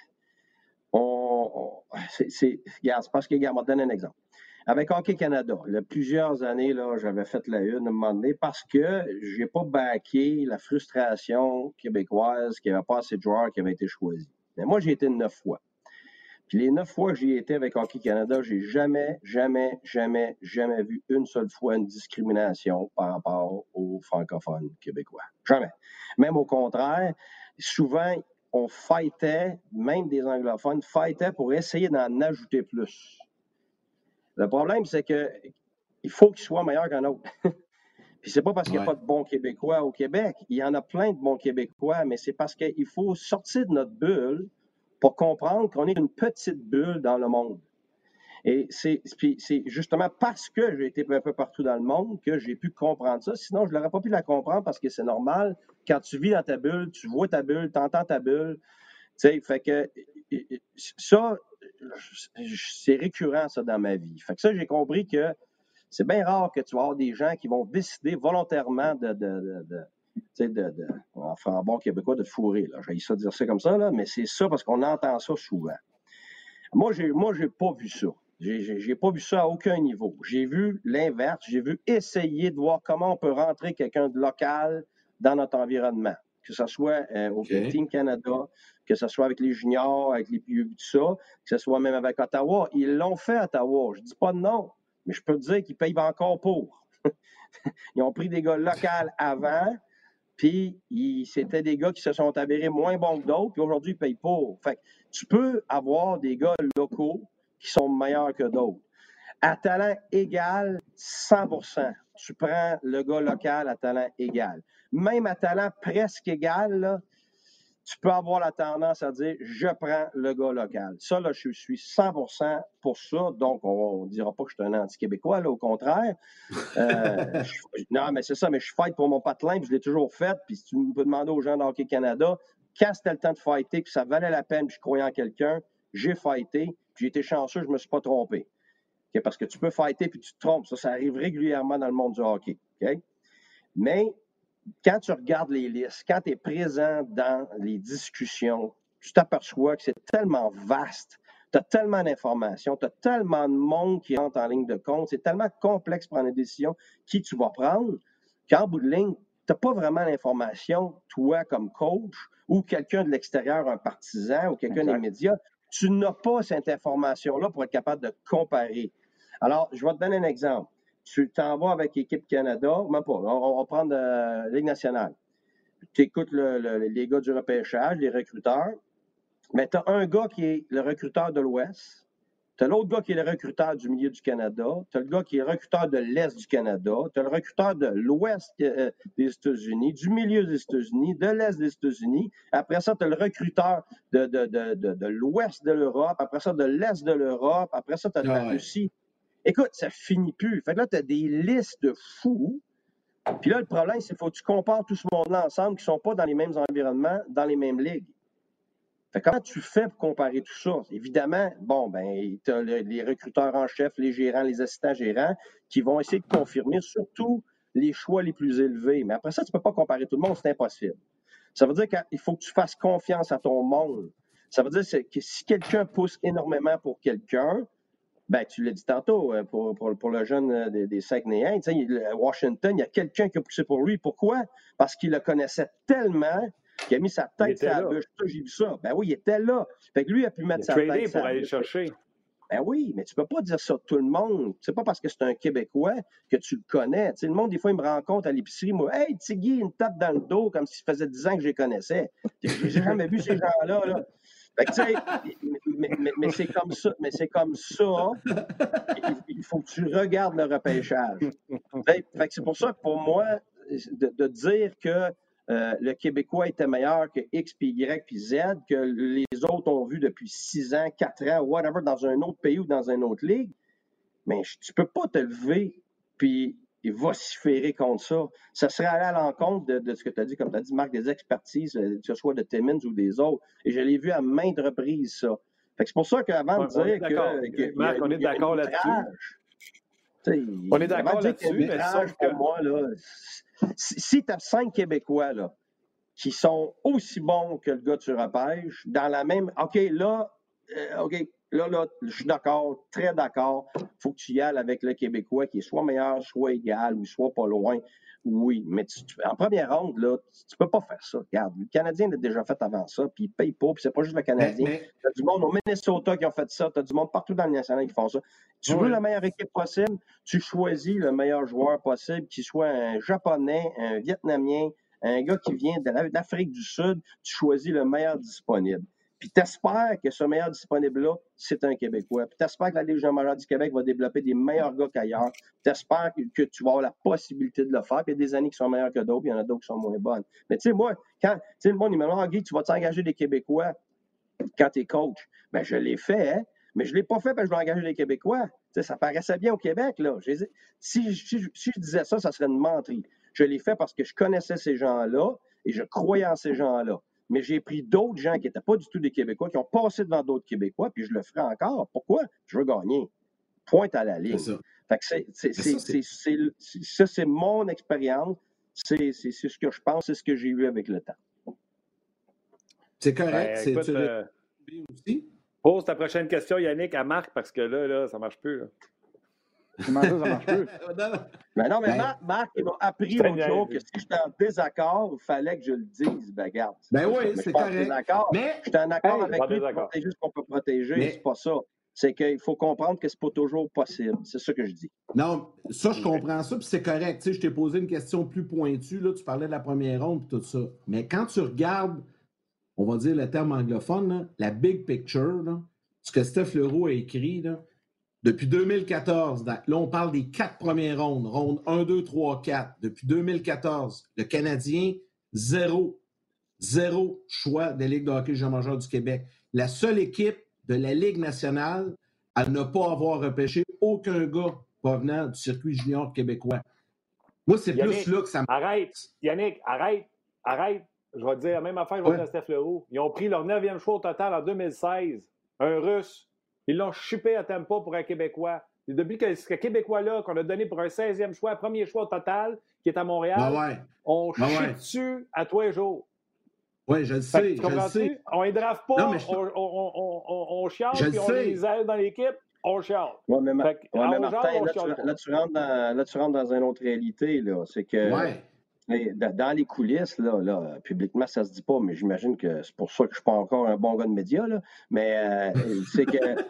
c'est parce que, regarde, je vais te donner un exemple. Avec Hockey Canada, il y a plusieurs années, là, j'avais fait la une à un moment donné parce que je n'ai pas backé la frustration québécoise qu'il n'y avait pas assez de joueurs qui avaient été choisis. Mais moi, j'ai été 9 fois. Puis les 9 fois que j'y étais avec Hockey Canada, j'ai jamais vu une seule fois une discrimination par rapport aux francophones québécois. Jamais. Même au contraire, souvent, on fightait, même des anglophones, fightaient pour essayer d'en ajouter plus. Le problème, c'est que il faut qu'il soit meilleur qu'un autre. Puis c'est pas parce qu'il n'y a pas de bons Québécois au Québec. Il y en a plein de bons Québécois, mais c'est parce qu'il faut sortir de notre bulle pour comprendre qu'on est une petite bulle dans le monde. Et c'est justement parce que j'ai été un peu partout dans le monde que j'ai pu comprendre ça. Sinon, je n'aurais pas pu la comprendre parce que c'est normal. Quand tu vis dans ta bulle, tu vois ta bulle, tu entends ta bulle. Tu sais, fait que ça, c'est récurrent, ça, dans ma vie. Fait que ça, j'ai compris que c'est bien rare que tu vas avoir des gens qui vont décider volontairement en bon québécois, de fourrer. J'ai ça dire ça comme ça, là, mais c'est ça parce qu'on entend ça souvent. Moi, j'ai pas vu ça. J'ai pas vu ça à aucun niveau. J'ai vu l'inverse. J'ai vu essayer de voir comment on peut rentrer quelqu'un de local dans notre environnement. Que ce soit au Team Canada, que ce soit avec les juniors, avec les plus tout ça, que ce soit même avec Ottawa. Ils l'ont fait à Ottawa. Je dis pas non, mais je peux te dire qu'ils payent encore pour. Ils ont pris des gars locaux avant, puis c'était des gars qui se sont avérés moins bons que d'autres, puis aujourd'hui, ils payent pour. Fait que tu peux avoir des gars locaux qui sont meilleurs que d'autres. À talent égal, 100%. Tu prends le gars local à talent égal. Même à talent presque égal, là, tu peux avoir la tendance à dire « je prends le gars local ». Ça, là, je suis 100% pour ça. Donc, on ne dira pas que je suis un anti-québécois, là, au contraire. Non, mais c'est ça, mais je fight pour mon patelin, puis je l'ai toujours fait. Puis si tu peux demander aux gens de Hockey Canada, quand c'était le temps de fighter, puis ça valait la peine, puis je croyais en quelqu'un, j'ai fighté, puis j'ai été chanceux, je ne me suis pas trompé. Okay? Parce que tu peux fighter, puis tu te trompes. Ça arrive régulièrement dans le monde du hockey. Okay? Mais quand tu regardes les listes, quand tu es présent dans les discussions, tu t'aperçois que c'est tellement vaste, tu as tellement d'informations, tu as tellement de monde qui rentre en ligne de compte, c'est tellement complexe de prendre une décision qui tu vas prendre, qu'en bout de ligne, tu n'as pas vraiment l'information, toi comme coach, ou quelqu'un de l'extérieur, un partisan, ou quelqu'un des médias, tu n'as pas cette information-là pour être capable de comparer. Alors, je vais te donner un exemple. Tu t'en vas avec Équipe Canada, même pas, on va prendre Ligue nationale. Tu écoutes les gars du repêchage, les recruteurs, mais tu as un gars qui est le recruteur de l'Ouest, tu as l'autre gars qui est le recruteur du milieu du Canada, tu as le gars qui est le recruteur de l'Est du Canada, tu as le recruteur de l'Ouest des États-Unis, du milieu des États-Unis, de l'Est des États-Unis. Après ça, tu as le recruteur de l'Ouest de l'Europe, après ça, de l'Est de l'Europe, après ça, tu as de la Russie. Écoute, ça finit plus. Fait que là, tu as des listes de fous. Puis là, le problème, c'est qu'il faut que tu compares tout ce monde-là ensemble qui ne sont pas dans les mêmes environnements, dans les mêmes ligues. Fait que comment tu fais pour comparer tout ça? Évidemment, tu as les recruteurs en chef, les gérants, les assistants gérants qui vont essayer de confirmer surtout les choix les plus élevés. Mais après ça, tu ne peux pas comparer tout le monde, c'est impossible. Ça veut dire qu'il faut que tu fasses confiance à ton monde. Ça veut dire que si quelqu'un pousse énormément pour quelqu'un, ben, tu l'as dit tantôt, pour le jeune des Saguenayens, Washington, il y a quelqu'un qui a poussé pour lui. Pourquoi? Parce qu'il le connaissait tellement qu'il a mis sa tête sur la bûche. J'ai vu ça. Ben oui, il était là. Fait que lui, il a pu mettre sa tête sur pour aller le chercher. Ben oui, mais tu peux pas dire ça de tout le monde. C'est pas parce que c'est un Québécois que tu le connais. Le monde, des fois, il me rencontre à l'épicerie. Moi, « Hey, Tiggy, une tape dans le dos, comme s'il faisait 10 ans que je les connaissais. » J'ai jamais vu ces gens-là, là. Fait que, tu sais, mais c'est comme ça. Mais c'est comme ça. Il faut que tu regardes le repêchage. Fait que c'est pour ça que pour moi, de dire que le Québécois était meilleur que X, puis Y, puis Z, que les autres ont vu depuis 6 ans, 4 ans, whatever, dans un autre pays ou dans une autre ligue, mais tu peux pas te lever puis il vociférer contre ça. Ça serait aller à l'encontre de ce que tu as dit, comme tu as dit, Marc, des expertises, que ce soit de Timmins ou des autres. Et je l'ai vu à maintes reprises, ça. Fait que c'est pour ça qu'avant de dire que Marc, on est d'accord là-dessus. On est d'accord là-dessus, mais sauf pour moi, là, si tu as 5 Québécois là, qui sont aussi bons que le gars que tu repêches, dans la même... OK, là, je suis d'accord, très d'accord. Il faut que tu y ailles avec le Québécois qui est soit meilleur, soit égal ou soit pas loin. Oui, mais en première ronde, là, tu peux pas faire ça. Regarde, le Canadien l'a déjà fait avant ça, puis il paye pas, puis c'est pas juste le Canadien. Tu as du monde au Minnesota qui ont fait ça, tu as du monde partout dans le national qui font ça. Tu veux la meilleure équipe possible, tu choisis le meilleur joueur possible, qu'il soit un Japonais, un Vietnamien, un gars qui vient d'Afrique du Sud, tu choisis le meilleur disponible. Puis t'espères que ce meilleur disponible-là, c'est un Québécois. Puis t'espères que la Ligue majeure du Québec va développer des meilleurs gars qu'ailleurs. T'espères que tu vas avoir la possibilité de le faire. Puis il y a des années qui sont meilleures que d'autres, puis il y en a d'autres qui sont moins bonnes. Mais tu sais, moi, quand le monde, il me demande, Guy, tu vas t'engager des Québécois quand tu es coach? Bien, je l'ai fait, hein? Mais je ne l'ai pas fait parce que je veux engager des Québécois. T'sais, ça paraissait bien au Québec, là. Si je disais ça, ça serait une menterie. Je l'ai fait parce que je connaissais ces gens-là et je croyais en ces gens-là. Mais j'ai pris d'autres gens qui n'étaient pas du tout des Québécois, qui ont passé devant d'autres Québécois, puis je le ferai encore. Pourquoi? Je veux gagner. Pointe à la ligne. C'est ça. Fait que ça, c'est mon expérience. C'est ce que je pense, c'est ce que j'ai eu avec le temps. C'est correct. Ben, écoute, aussi. Pose ta prochaine question, Yannick, à Marc, parce que là ça ne marche plus. Là. Comment ça marche plus? Non, mais Marc, il m'a appris l'autre jour que si j'étais en désaccord, il fallait que je le dise. Ben, regarde. Ben oui, c'est correct. Mais je suis en accord avec lui pour protéger ce qu'on peut protéger. Mais c'est pas ça. C'est qu'il faut comprendre que c'est pas toujours possible. C'est ça que je dis. Non, ça, je comprends ça, puis c'est correct. Tu sais, je t'ai posé une question plus pointue. Là, tu parlais de la première ronde et tout ça. Mais quand tu regardes, on va dire le terme anglophone, là, la big picture, là, ce que Steph Leroux a écrit, là, depuis 2014, là, on parle des 4 premières rondes, ronde 1, 2, 3, 4. Depuis 2014, le Canadien, zéro choix de la Ligue de hockey junior majeur du Québec. La seule équipe de la Ligue nationale à ne pas avoir repêché aucun gars provenant du circuit junior québécois. Moi, c'est Yannick, plus là que ça Arrête, Yannick, arrête. Je vais te dire la même affaire, je vais dire à Steph Leroux. Ils ont pris leur 9e choix au total en 2016. Un Russe. Ils l'ont chupé à Tampa pour un Québécois. Et depuis que ce Québécois-là, qu'on a donné pour un 16e choix, premier choix au total, qui est à Montréal, on chie dessus à tous les jours. Oui, je le sais, je le sais. On ne les draft pas, non, on chiale, puis on les aide dans l'équipe, on chiale. Oui, mais Martin, là, tu rentres dans une autre réalité. Là. C'est que dans les coulisses, là, publiquement, ça se dit pas, mais j'imagine que c'est pour ça que je ne suis pas encore un bon gars de médias. Là. Mais c'est que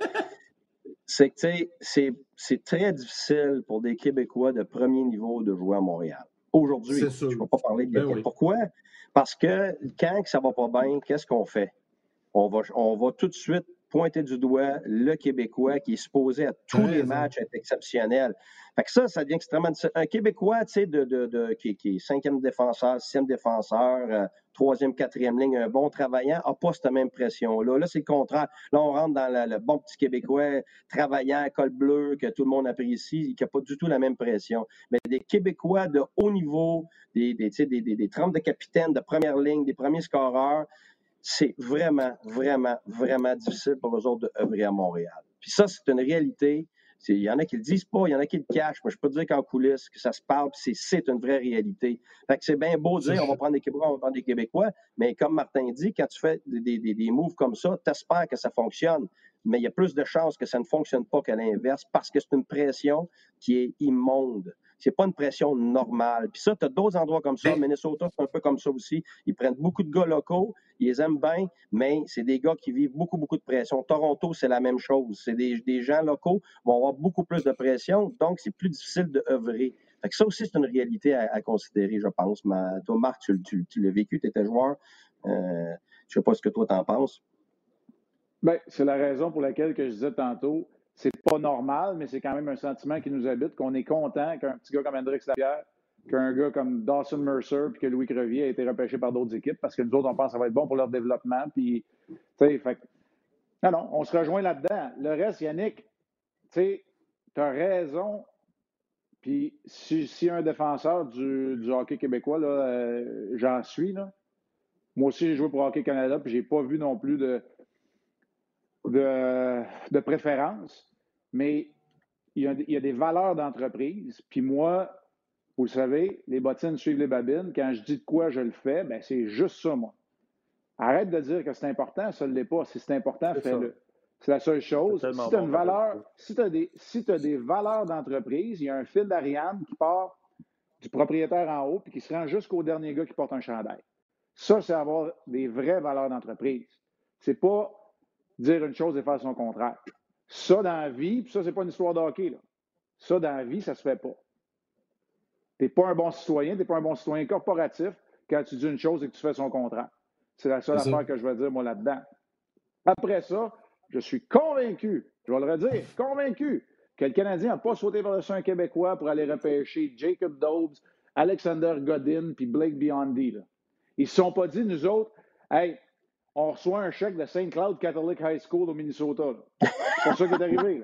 c'est très difficile pour des Québécois de premier niveau de jouer à Montréal. Aujourd'hui, je ne peux pas parler de pourquoi. Parce que quand ça ne va pas bien, qu'est-ce qu'on fait? On va tout de suite pointer du doigt le Québécois qui est supposé à tous les matchs être exceptionnel. Fait que ça devient extrêmement difficile. Un Québécois, tu sais, qui est 5e défenseur, 6e défenseur, 3e, 4e ligne, un bon travaillant, n'a pas cette même pression-là. Là, c'est le contraire. Là, on rentre dans le bon petit Québécois travaillant, col bleu, que tout le monde apprécie, qui n'a pas du tout la même pression. Mais des Québécois de haut niveau, des trempes de capitaine de première ligne, des premiers scoreurs, c'est vraiment, vraiment, vraiment difficile pour eux autres d'œuvrer à Montréal. Puis ça, c'est une réalité. Il y en a qui le disent pas, il y en a qui le cachent. Moi, je peux te dire qu'en coulisses, que ça se parle, puis c'est une vraie réalité. Fait que c'est bien beau de dire, on va prendre des Québécois, on va prendre des Québécois, mais comme Martin dit, quand tu fais des moves comme ça, tu espères que ça fonctionne. Mais il y a plus de chances que ça ne fonctionne pas qu'à l'inverse, parce que c'est une pression qui est immonde. C'est pas une pression normale. Puis ça, tu as d'autres endroits comme ça. Minnesota, c'est un peu comme ça aussi. Ils prennent beaucoup de gars locaux, ils les aiment bien, mais c'est des gars qui vivent beaucoup, beaucoup de pression. Toronto, c'est la même chose. C'est des gens locaux vont avoir beaucoup plus de pression, donc c'est plus difficile de œuvrer. Fait que ça aussi, c'est une réalité à considérer, je pense. Mais toi, Marc, tu l'as vécu, tu étais joueur. Je ne sais pas ce que toi, t'en penses. Bien, c'est la raison pour laquelle que je disais tantôt, c'est pas normal, mais c'est quand même un sentiment qui nous habite, qu'on est content qu'un petit gars comme Hendrix Lapierre, qu'un gars comme Dawson Mercer, puis que Louis Crevier a été repêché par d'autres équipes, parce que nous autres, on pense que ça va être bon pour leur développement. Puis, tu sais, fait non, on se rejoint là-dedans. Le reste, Yannick, tu sais, tu as raison Puis si y a un défenseur du hockey québécois, là, j'en suis, là. Moi aussi, j'ai joué pour Hockey Canada, puis j'ai pas vu non plus de préférence. Mais il y a des valeurs d'entreprise. Puis moi, vous le savez, les bottines suivent les babines. Quand je dis de quoi je le fais, ben c'est juste ça, moi. Arrête de dire que c'est important, ça ne l'est pas. Si c'est important, fais-le. C'est la seule chose. Si tu as une valeur, si tu as des valeurs d'entreprise, il y a un fil d'Ariane qui part du propriétaire en haut puis qui se rend jusqu'au dernier gars qui porte un chandail. Ça, c'est avoir des vraies valeurs d'entreprise. C'est pas dire une chose et faire son contraire. Ça, dans la vie, puis ça, c'est pas une histoire de hockey, là. Ça, dans la vie, ça se fait pas. Tu n'es pas un bon citoyen, tu n'es pas un bon citoyen corporatif quand tu dis une chose et que tu fais son contraire. C'est la seule affaire que je vais dire, moi, là-dedans. Après ça, je suis convaincu, je vais le redire, convaincu que le Canadien n'a pas sauté par-dessus un Québécois pour aller repêcher Jacob Dobbs, Alexander Godin puis Blake Biondi. Là. Ils ne se sont pas dit, nous autres, hey, on reçoit un chèque de St. Cloud Catholic High School au Minnesota. C'est pas ça qui est arrivé.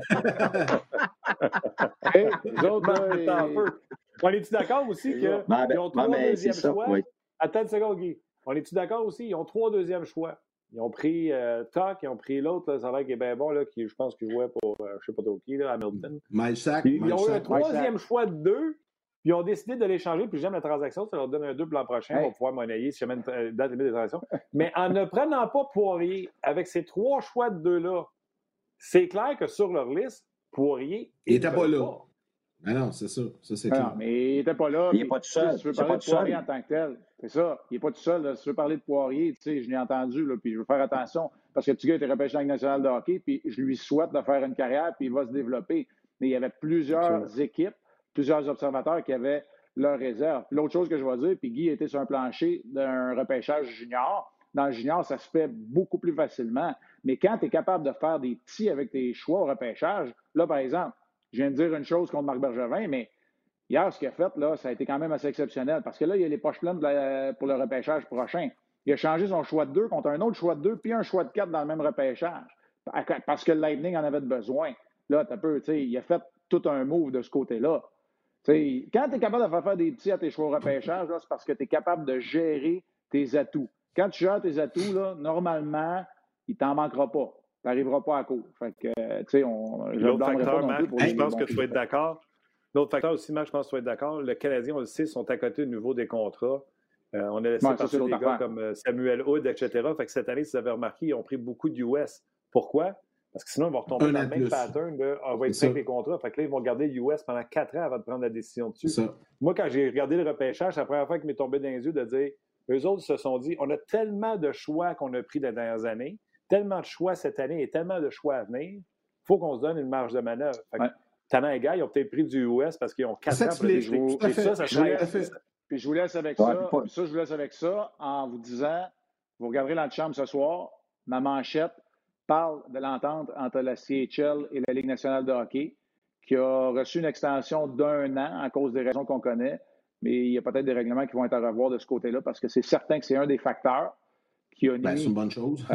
Hey, les autres, là, on est-tu d'accord aussi qu'ils ont 3 deuxièmes choix? Oui. Attends une seconde, Guy. On est-tu d'accord aussi? Ils ont 3 deuxièmes choix. Ils ont pris Tuck, ils ont pris l'autre, là, ça a l'air qu'il est bien bon, là, qui, je pense qu'il jouait pour, je ne sais pas trop qui, là, Hamilton. Ils ont eu un 3e choix de 2, puis ils ont décidé de l'échanger, puis j'aime la transaction, ça leur donne un 2 pour l'an prochain, on va pouvoir monnayer si jamais une date limite des transactions. Mais en ne prenant pas Poirier, avec ces 3 choix de 2-là, c'est clair que sur leur liste, Poirier, il n'était pas là. Ah non, c'est ça. Ça, c'est clair. Non, mais il n'était pas là. Il n'est pas tout seul. Si tu veux parler de Poirier en tant que tel, c'est ça. Il n'est pas tout seul. Là. Si tu veux parler de Poirier, tu sais, je l'ai entendu, là, puis je veux faire attention, parce que le petit gars était repêché dans la Ligue nationale de hockey, puis je lui souhaite de faire une carrière, puis il va se développer. Mais il y avait plusieurs équipes, plusieurs observateurs qui avaient leurs réserves. L'autre chose que je vais dire, puis Guy était sur un plancher d'un repêchage junior. Dans le junior, ça se fait beaucoup plus facilement. Mais quand tu es capable de faire des petits avec tes choix au repêchage, là, par exemple, je viens de dire une chose contre Marc Bergevin, mais hier, ce qu'il a fait, là, ça a été quand même assez exceptionnel. Parce que là, il y a les poches pleines pour le repêchage prochain. Il a changé son choix de 2 contre un autre choix de 2, puis un choix de 4 dans le même repêchage. Parce que le Lightning en avait besoin. Là, il a fait tout un move de ce côté-là. T'sais, quand tu es capable de faire des petits à tes choix au repêchage, là, c'est parce que tu es capable de gérer tes atouts. Quand tu gères tes atouts, là, normalement, il t'en manquera pas. Tu n'arriveras pas à court. Fait que, l'autre facteur, Marc, je pense que tu vas être d'accord. L'autre facteur aussi, Marc, je pense que tu vas être d'accord. Le Canadien, on le sait, sont à côté au niveau des contrats. On a laissé passer des gars comme Samuel Hood, etc. Fait que cette année, si vous avez remarqué, ils ont pris beaucoup d'US. Pourquoi? Parce que sinon, ils vont retomber dans le même pattern de on va être avec les contrats. Fait que là, ils vont garder l'US pendant 4 ans avant de prendre la décision dessus. Moi, quand j'ai regardé le repêchage, c'est la première fois qu'il m'est tombé dans les yeux de dire eux autres se sont dit on a tellement de choix qu'on a pris les dernières années, tellement de choix cette année et tellement de choix à venir, il faut qu'on se donne une marge de manœuvre. Fait que, Talent égal, ils ont peut-être pris du US parce qu'ils ont 4 ans pour les jouer. Et ça serait... Puis je vous laisse avec ça. Je vous laisse avec ça en vous disant, vous regarderez l'antichambre ce soir, ma manchette parle de l'entente entre la CHL et la Ligue nationale de hockey, qui a reçu une extension d'1 an à cause des raisons qu'on connaît, mais il y a peut-être des règlements qui vont être à revoir de ce côté-là parce que c'est certain que c'est un des facteurs qui a nuit. C'est une bonne chose.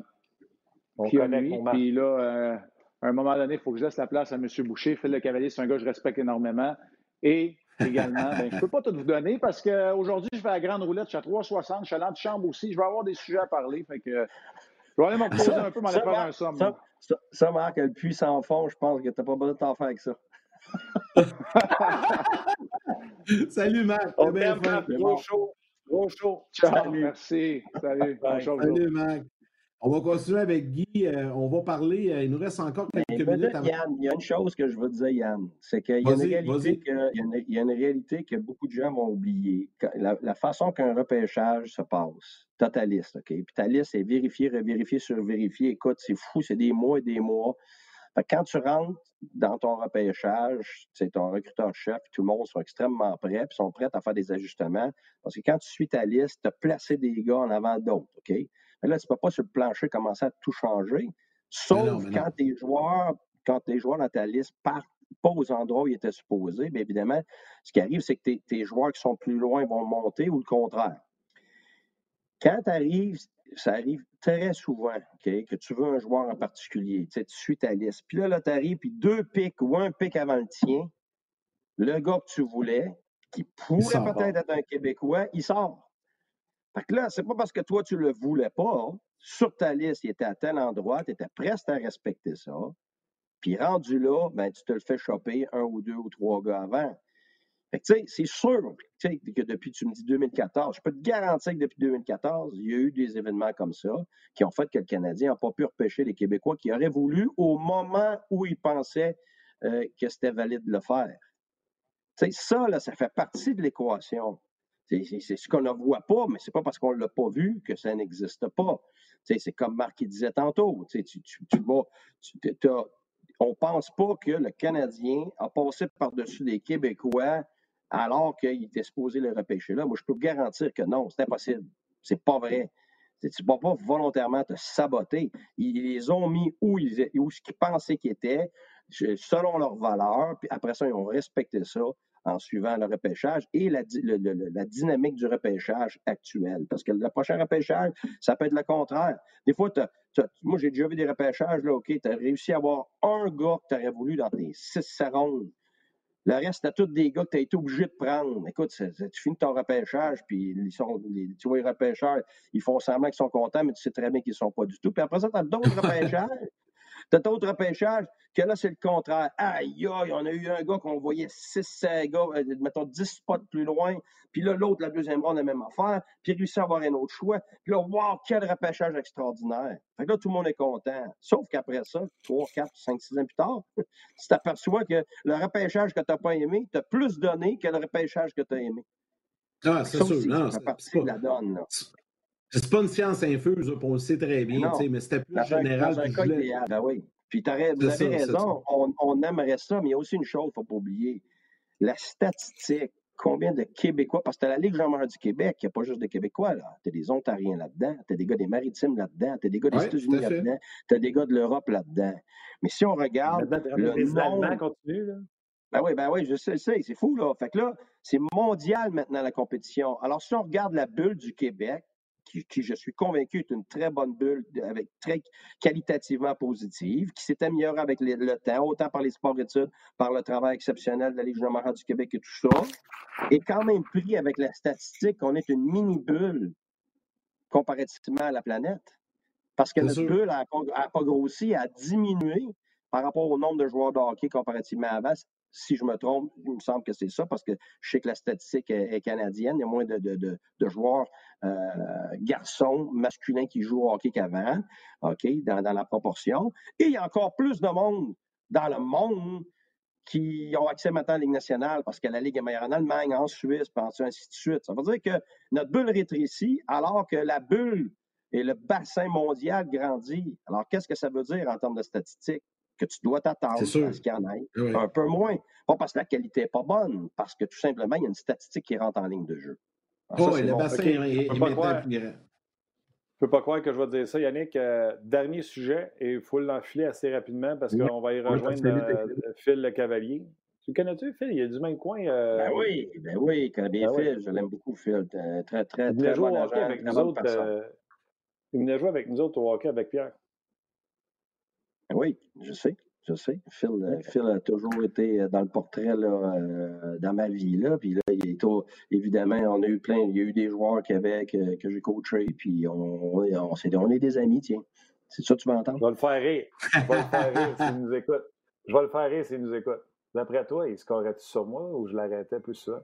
Qui a nuit. Puis là, à un moment donné, il faut que je laisse la place à M. Boucher. Phil Le Cavalier, c'est un gars que je respecte énormément. Et également, je ne peux pas tout vous donner parce qu'aujourd'hui, je fais la grande roulette. Je suis à 3,60. Je suis à l'antichambre aussi. Je vais avoir des sujets à parler. Fait que je vais aller me reposer un peu, m'en aller faire un somme. Ça, Marc, le puits sans fond, je pense que tu n'as pas besoin de t'en faire avec ça. Salut, Marc. Gros show. Gros show. Ciao. Salut. Merci. Salut. Salut, Marc. On va continuer avec Guy. On va parler. Il nous reste encore quelques minutes. Yann, il y a une chose que je veux te dire, Yann. C'est qu'il y a une réalité que beaucoup de gens vont oublier. La façon qu'un repêchage se passe, tu as ta liste, OK? Puis ta liste est vérifiée, revérifiée, survérifiée. Écoute, c'est fou, c'est des mois et des mois. Fait que quand tu rentres dans ton repêchage, c'est ton recruteur-chef, tout le monde sont extrêmement prêts, puis sont prêts à faire des ajustements. Parce que quand tu suis ta liste, tu as placé des gars en avant d'autres, OK? Mais là, tu ne peux pas sur le plancher commencer à tout changer, sauf quand tes joueurs dans ta liste partent pas aux endroits où ils étaient supposés. Bien évidemment, ce qui arrive, c'est que tes joueurs qui sont plus loin vont monter ou le contraire. Quand tu arrives, ça arrive très souvent, okay, que tu veux un joueur en particulier. Tu suis ta liste. Puis là tu arrives, puis 2 pics ou 1 pic avant le tien, le gars que tu voulais, qui pourrait peut-être être un Québécois, il sort. Fait que là, c'est pas parce que toi, tu le voulais pas. Hein. Sur ta liste, il était à tel endroit, tu étais presque à respecter ça. Puis rendu là, ben, tu te le fais choper 1 ou 2 ou 3 gars avant. Fait que, tu sais, c'est sûr que depuis, tu me dis 2014, je peux te garantir que depuis 2014, il y a eu des événements comme ça qui ont fait que le Canadien n'a pas pu repêcher les Québécois qui auraient voulu au moment où ils pensaient que c'était valide de le faire. Tu sais, ça, là, ça fait partie de l'équation. C'est ce qu'on ne voit pas, mais c'est pas parce qu'on ne l'a pas vu que ça n'existe pas. Tu sais, c'est comme Marc qui disait tantôt. Tu sais, on ne pense pas que le Canadien a passé par-dessus les Québécois alors qu'il était supposé le repêcher là. Moi, je peux vous garantir que non, c'est impossible. C'est pas vrai. Tu ne vas pas volontairement te saboter. Ils les ont mis où ils pensaient qu'ils étaient, selon leurs valeurs, puis après ça, ils ont respecté ça en suivant le repêchage et la dynamique du repêchage actuel. Parce que le prochain repêchage, ça peut être le contraire. Des fois, moi, j'ai déjà vu des repêchages, là, OK, tu as réussi à avoir un gars que tu aurais voulu dans tes 6 rondes. Le reste, t'as tous des gars que tu as été obligé de prendre. Écoute, tu finis ton repêchage, puis tu vois les repêcheurs, ils font semblant qu'ils sont contents, mais tu sais très bien qu'ils ne sont pas du tout. Puis après ça, tu as d'autres repêchages. Tu as d'autres repêchages que là, c'est le contraire. Aïe, aïe, on a eu un gars qu'on voyait 6 gars, mettons 10 spots plus loin. Puis là, l'autre, la deuxième ronde, la même affaire. Puis il réussit à avoir un autre choix. Puis là, wow, quel repêchage extraordinaire. Fait que là, tout le monde est content. Sauf qu'après ça, 3, 4, 5, 6 ans plus tard, tu t'aperçois que le repêchage que tu n'as pas aimé, tu as plus donné que le repêchage que tu as aimé. Ah, c'est sûr. Aussi, Non, ça fait partie de la donne. Là. C'est pas une science infuse, on le sait très bien, mais c'était plus général. Dans un cas idéal, ben oui. Puis vous avez raison, on aimerait ça, mais il y a aussi une chose qu'il ne faut pas oublier. La statistique, combien de Québécois, parce que tu as la Ligue Jean-Marie du Québec, il n'y a pas juste de Québécois, là. Tu as des Ontariens là-dedans, tu as des gars des Maritimes là-dedans, tu as des gars des États-Unis là-dedans, tu as des gars de l'Europe là-dedans. Mais si on regarde le nombre... continue, là. Ben oui, je sais, c'est fou, là. Fait que là, c'est mondial maintenant, la compétition. Alors, si on regarde la bulle du Québec, qui je suis convaincu est une très bonne bulle, avec très qualitativement positive, qui s'est améliorée avec le temps, autant par les sports-études, par le travail exceptionnel de la Ligue majeure du Québec et tout ça, est quand même pris avec la statistique qu'on est une mini-bulle comparativement à la planète. Parce que notre bulle n'a pas grossi, elle a diminué par rapport au nombre de joueurs de hockey comparativement à avant. Si je me trompe, il me semble que c'est ça, parce que je sais que la statistique est canadienne. Il y a moins de joueurs garçons, masculins qui jouent au hockey qu'avant, dans la proportion. Et il y a encore plus de monde dans le monde qui ont accès maintenant à la Ligue nationale parce que la Ligue est meilleure en Allemagne, en Suisse, ainsi de suite. Ça veut dire que notre bulle rétrécit alors que la bulle et le bassin mondial grandit. Alors, qu'est-ce que ça veut dire en termes de statistiques? Que tu dois t'attendre à ce qu'il y en ait un peu moins. Pas parce que la qualité n'est pas bonne, parce que tout simplement, il y a une statistique qui rentre en ligne de jeu. Alors, le bassin est maintenant plus grand. Je ne peux pas croire que je vais te dire ça, Yannick. Dernier sujet, et il faut l'enfiler assez rapidement parce qu'on va y rejoindre Phil Le Cavalier. Tu le connais-tu, Phil? Il est du même coin. Ben oui, il connaît bien Phil. Je l'aime beaucoup, Phil. Très bon agent, avec nous autres. Il venait jouer avec nous autres au hockey avec Pierre. Oui, je sais. Phil a toujours été dans le portrait là, dans ma vie. Là. Puis là, évidemment, il y a eu des joueurs que j'ai coachés, puis on est des amis, tiens. C'est ça que tu m'entends? Je vais le faire rire. S'il nous écoute. Je vais le faire rire s'il nous écoute. D'après toi, il scorerait-tu sur moi ou je l'arrêtais plus souvent?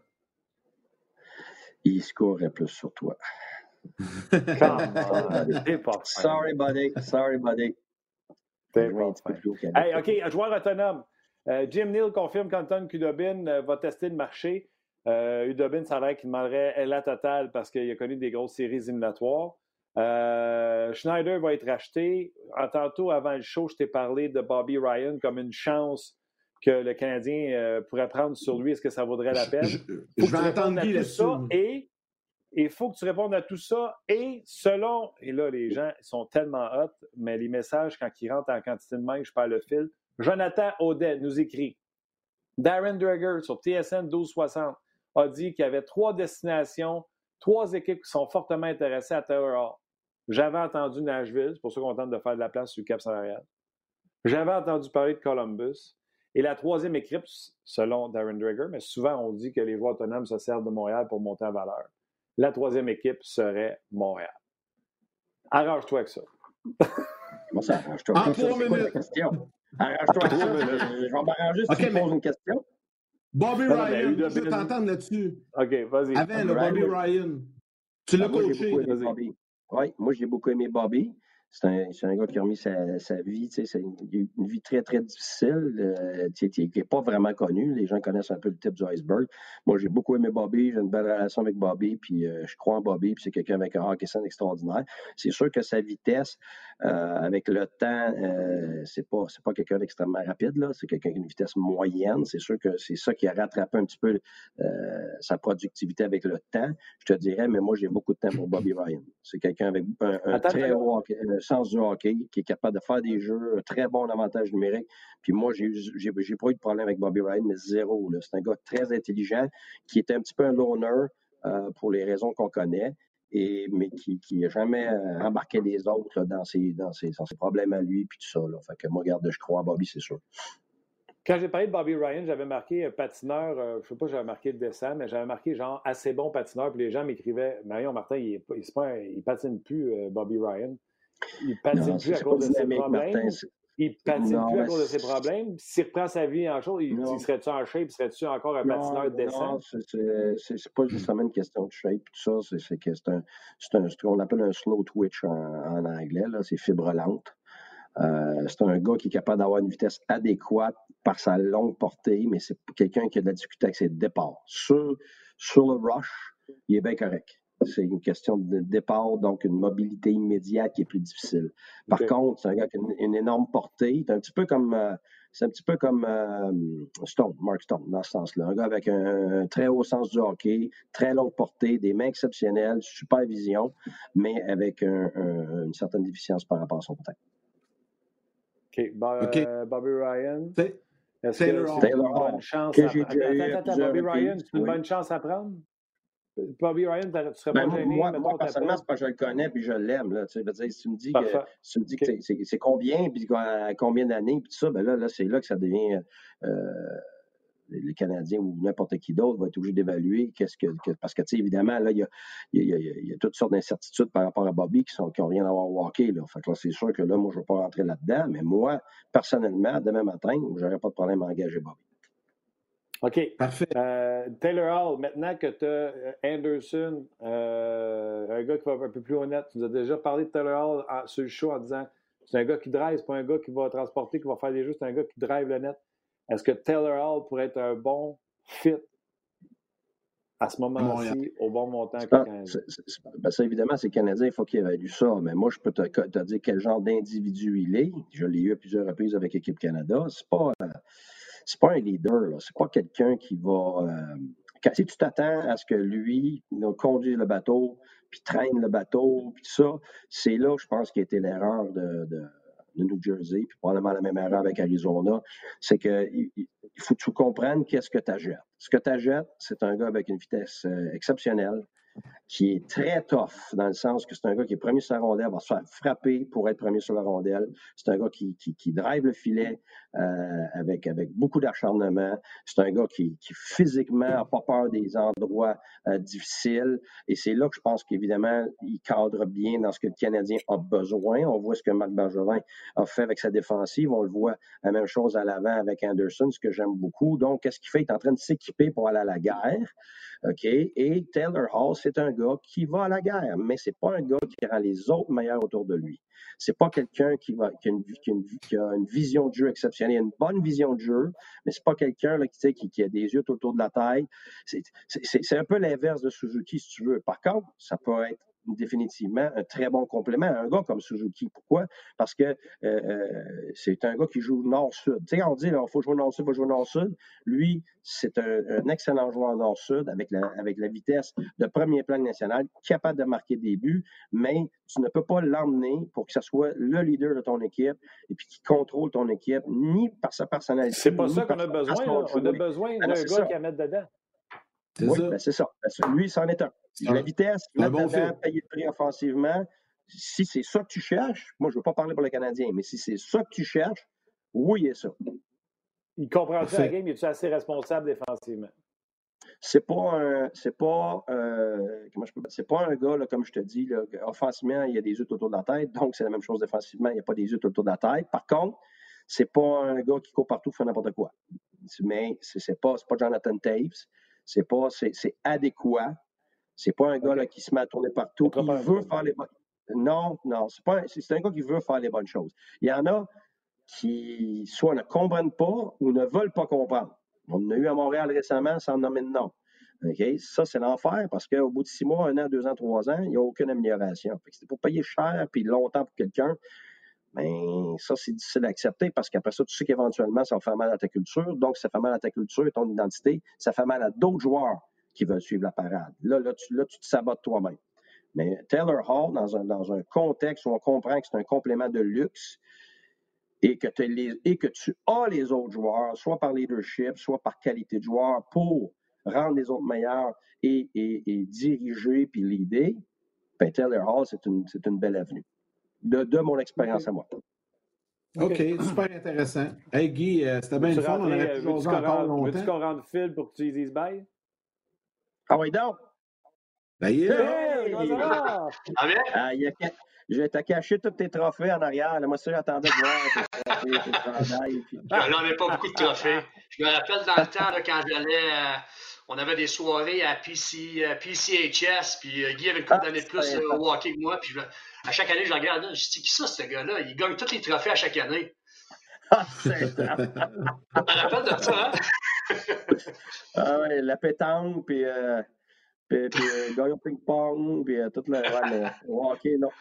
Il scorerait plus sur toi. Sorry, buddy. Hey, OK, joueur autonome. Jim Neal confirme qu'Anton Khudobin va tester le marché. Khudobin, ça a l'air qu'il demanderait la totale parce qu'il a connu des grosses séries éliminatoires. Schneider va être racheté. Tantôt, avant le show, je t'ai parlé de Bobby Ryan comme une chance que le Canadien pourrait prendre sur lui. Est-ce que ça vaudrait la peine? Je vais entendre tout ça. Et il faut que tu répondes à tout ça. Et selon, et là, les gens sont tellement hot, mais les messages, quand ils rentrent en quantité de main, je perds le fil. Jonathan Audet nous écrit Darren Dreger sur TSN 1260 a dit qu'il y avait 3 destinations, 3 équipes qui sont fortement intéressées à Taylor Hall. J'avais entendu Nashville, c'est pour ça qu'on tente de faire de la place sur le Cap salarial. J'avais entendu parler de Columbus. Et la troisième équipe, selon Darren Dreger, mais souvent on dit que les joueurs autonomes se servent de Montréal pour monter en valeur. La troisième équipe serait Montréal. Arrange-toi avec ça. Bon, ça arrange-toi. En 3 C'est quoi ta minutes. question? Arrange-toi avec ça. Je vais m'arranger si tu me poses une question. Bobby Non, Ryan, je veux t'entendre là-dessus. OK, vas-y. Avant, le Bobby Ryan. Tu l'as Moi, j'ai coaché. beaucoup aimé Bobby. Oui, moi, j'ai beaucoup aimé Bobby. C'est un gars qui a remis sa vie. C'est une vie très, très difficile, qui n'est pas vraiment connu. Les gens connaissent un peu le type du iceberg. Moi, j'ai beaucoup aimé Bobby. J'ai une belle relation avec Bobby. Puis je crois en Bobby. Puis c'est quelqu'un avec un hockey scène extraordinaire. C'est sûr que sa vitesse, avec le temps, c'est pas quelqu'un d'extrêmement rapide. Là. C'est quelqu'un qui a une vitesse moyenne. C'est sûr que c'est ça qui a rattrapé un petit peu sa productivité avec le temps. Je te dirais, mais moi, j'ai beaucoup de temps pour Bobby Ryan. C'est quelqu'un avec un très haut hockey, sens du hockey, qui est capable de faire des jeux, un très bon avantage numérique. Puis moi, j'ai pas eu de problème avec Bobby Ryan, mais zéro. Là. C'est un gars très intelligent, qui est un petit peu un loner pour les raisons qu'on connaît, mais qui n'a jamais embarqué les autres là, dans ses problèmes à lui, puis tout ça. Là. Fait que moi, regarde, je crois à Bobby, c'est sûr. Quand j'ai parlé de Bobby Ryan, j'avais marqué patineur, je ne sais pas si j'avais marqué de dessin, mais j'avais marqué genre assez bon patineur. Puis les gens m'écrivaient, Marion Martin, il patine plus, Bobby Ryan. Il patine plus à cause de ses problèmes. Il patine plus à cause de ses problèmes. S'il reprend sa vie en chose, il serait-tu en shape? Serait-tu encore un patineur décent? Non, c'est pas justement une question de shape. Tout ça, c'est ce qu'on appelle un slow twitch en anglais. Là, c'est fibre lente. C'est un gars qui est capable d'avoir une vitesse adéquate par sa longue portée, mais c'est quelqu'un qui a de la difficulté avec ses départs. Sur le rush, il est bien correct. C'est une question de départ, donc une mobilité immédiate qui est plus difficile. Par contre, c'est un gars qui a une énorme portée. C'est un petit peu comme Stone, Mark Stone, dans ce sens-là. Un gars avec un très haut sens du hockey, très longue portée, des mains exceptionnelles, super vision, mais avec une certaine déficience par rapport à son temps. OK. Bobby Ryan. Est-ce Taylor que c'est une bonne chance à prendre? Attends, Bobby Ryan, c'est une bonne chance à prendre? Bobby Ryan, tu serais pas gêné? Moi, personnellement, c'est parce que je le connais et je l'aime. Là, si tu me dis que c'est combien, puis combien d'années, puis tout ça, ben là, c'est là que ça devient les Canadiens ou n'importe qui d'autre va être obligé d'évaluer parce que, évidemment, là, il y a toutes sortes d'incertitudes par rapport à Bobby qui n'ont rien à voir au hockey. Là. Fait que là, c'est sûr que là, moi, je ne veux pas rentrer là-dedans, mais moi, personnellement, demain matin, je n'aurais pas de problème à engager Bobby. OK. Parfait. Taylor Hall, maintenant que tu as Anderson, un gars qui va un peu plus honnête, tu nous as déjà parlé de Taylor Hall sur le show en disant c'est un gars qui drive, c'est pas un gars qui va transporter, qui va faire des jeux, c'est un gars qui drive le net. Est-ce que Taylor Hall pourrait être un bon fit à ce moment-ci, au bon montant que le Canadien? Ça, évidemment, c'est le Canadien, il faut qu'il évalue ça. Mais moi, je peux te dire quel genre d'individu il est. Je l'ai eu à plusieurs reprises avec l'équipe Canada. C'est pas un leader. Là. C'est pas quelqu'un qui va... si tu t'attends à ce que lui conduise le bateau, puis traîne le bateau, puis tout ça, c'est là, je pense, qu'il a été l'erreur de New Jersey, puis probablement la même erreur avec Arizona, c'est qu'il faut que tu comprennes qu'est-ce que tu achètes. Ce que tu achètes, c'est un gars avec une vitesse exceptionnelle, qui est très tough, dans le sens que c'est un gars qui est premier sur la rondelle, va se faire frapper pour être premier sur la rondelle. C'est un gars qui drive le filet avec beaucoup d'acharnement. C'est un gars qui physiquement n'a pas peur des endroits difficiles. Et c'est là que je pense qu'évidemment, il cadre bien dans ce que le Canadien a besoin. On voit ce que Marc Bergevin a fait avec sa défensive. On le voit la même chose à l'avant avec Anderson, ce que j'aime beaucoup. Donc, qu'est-ce qu'il fait? Il est en train de s'équiper pour aller à la guerre. OK? Et Taylor Hall, c'est un gars qui va à la guerre, mais c'est pas un gars qui rend les autres meilleurs autour de lui. C'est pas quelqu'un qui a une vision de jeu exceptionnelle. Il a une bonne vision de jeu, mais c'est pas quelqu'un là, qui a des yeux autour de la taille. C'est un peu l'inverse de Suzuki, si tu veux. Par contre, ça peut être définitivement un très bon complément à un gars comme Suzuki. Pourquoi? Parce que c'est un gars qui joue nord-sud. Tu sais, on dit, il faut jouer nord-sud, il faut jouer nord-sud. Lui, c'est un excellent joueur nord-sud avec la vitesse de premier plan national, capable de marquer des buts, mais tu ne peux pas l'emmener pour que ce soit le leader de ton équipe et puis qui contrôle ton équipe, ni par sa personnalité. C'est pas ça qu'on a besoin. Là. On a besoin d'un gars qui a mettre dedans. C'est ça. Lui, c'en est un. La vitesse, mettre dedans, payer le prix offensivement. Si c'est ça que tu cherches, moi, je ne veux pas parler pour le Canadien, mais si c'est ça que tu cherches, oui, il y a ça. Il comprend-tu la game? Il est assez responsable défensivement? C'est pas un gars, là, comme je te dis, là, offensivement, il y a des yeux autour de la tête, donc c'est la même chose défensivement, il n'y a pas des yeux autour de la tête. Par contre, c'est pas un gars qui court partout, fait n'importe quoi. Mais c'est pas Jonathan Taves, c'est adéquat. C'est pas un gars là, qui se met à tourner partout, qui veut faire les bonnes. Non, c'est un gars qui veut faire les bonnes choses. Il y en a qui soit ne comprennent pas ou ne veulent pas comprendre. On en a eu à Montréal récemment sans nommer de nom. Okay? Ça, c'est l'enfer parce qu'au bout de 6 mois, 1 an, 2 ans, 3 ans, il n'y a aucune amélioration. C'est pour payer cher puis longtemps pour quelqu'un. Mais ça, c'est difficile à accepter parce qu'après ça, tu sais qu'éventuellement, ça va faire mal à ta culture. Donc, ça fait mal à ta culture et ton identité. Ça fait mal à d'autres joueurs qui veulent suivre la parade. Là, tu te sabotes toi-même. Mais Taylor Hall, dans un contexte où on comprend que c'est un complément de luxe, et que tu as les autres joueurs, soit par leadership, soit par qualité de joueur, pour rendre les autres meilleurs et diriger puis leader, ben Taylor Hall, c'est une belle avenue. De mon expérience à moi. OK, super intéressant. Hey Guy, c'était bien le fun, on aurait pu jaser encore longtemps. Veux-tu qu'on rende Phil pour que tu lui dises bye? Ah oui, donc! Ben, il est là! Hey, comment ça va? T'as caché tous tes trophées en arrière. Là, moi, ça, j'attendais de voir tes chandails. Là, on n'avait pas beaucoup de trophées. Je me rappelle dans le temps, là, quand j'allais, on avait des soirées à PCHS, puis Guy avait une couple d'années de plus au hockey que moi. Puis à chaque année, je regarde, je dis, qui ça, ce gars-là? Il gagne tous les trophées à chaque année. Ah, c'est ça! Tu te rappelles de ça, hein? Ah oui, la pétanque, puis gagner au ping-pong, puis tout le hockey, non.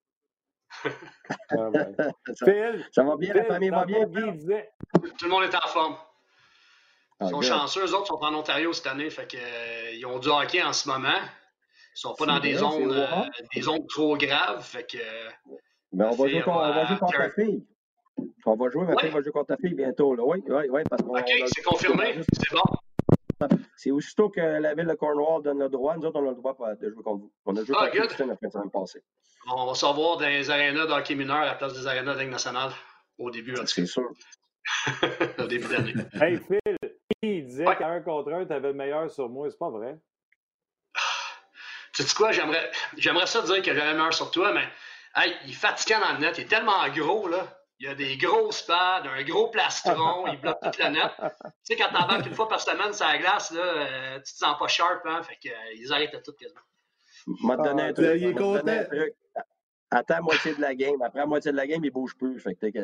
Ah ouais. Phil, ça va bien, la famille va bien. Guy disait... Tout le monde est en forme. Ils sont good. chanceux, eux autres sont en Ontario cette année, fait que, ils ont du hockey en ce moment. Ils sont pas dans des zones trop graves, fait que... Ben, on va jouer contre ta fille. On va jouer, ma fille va jouer contre ta fille bientôt, là. Oui, parce qu'on... OK, c'est confirmé, c'est bon. C'est aussitôt que la ville de Cornwall donne le droit, nous autres, on a le droit de jouer contre vous. On a joué contre Houston la semaine passée. On va savoir dans les arénas de hockey mineur à la place des arénas de Ligue nationale au début. C'est sûr. Au début d'année. Hey Phil, il disait qu'à 1 contre 1, tu avais le meilleur sur moi. C'est pas vrai? Tu sais quoi, j'aimerais ça dire que j'avais le meilleur sur toi, mais hey, il est fatigant dans le net. Il est tellement gros, là. Il a des grosses pads, un gros plastron, il bloque toute la net. Tu sais, quand t'embarques une fois par semaine sur la glace, là, tu te sens pas sharp, hein? Fait qu'ils arrêtent tout quasiment. M'a donné un truc. Il est content. Attends la moitié de la game. Après la moitié de la game, il bouge plus. Fait que Faut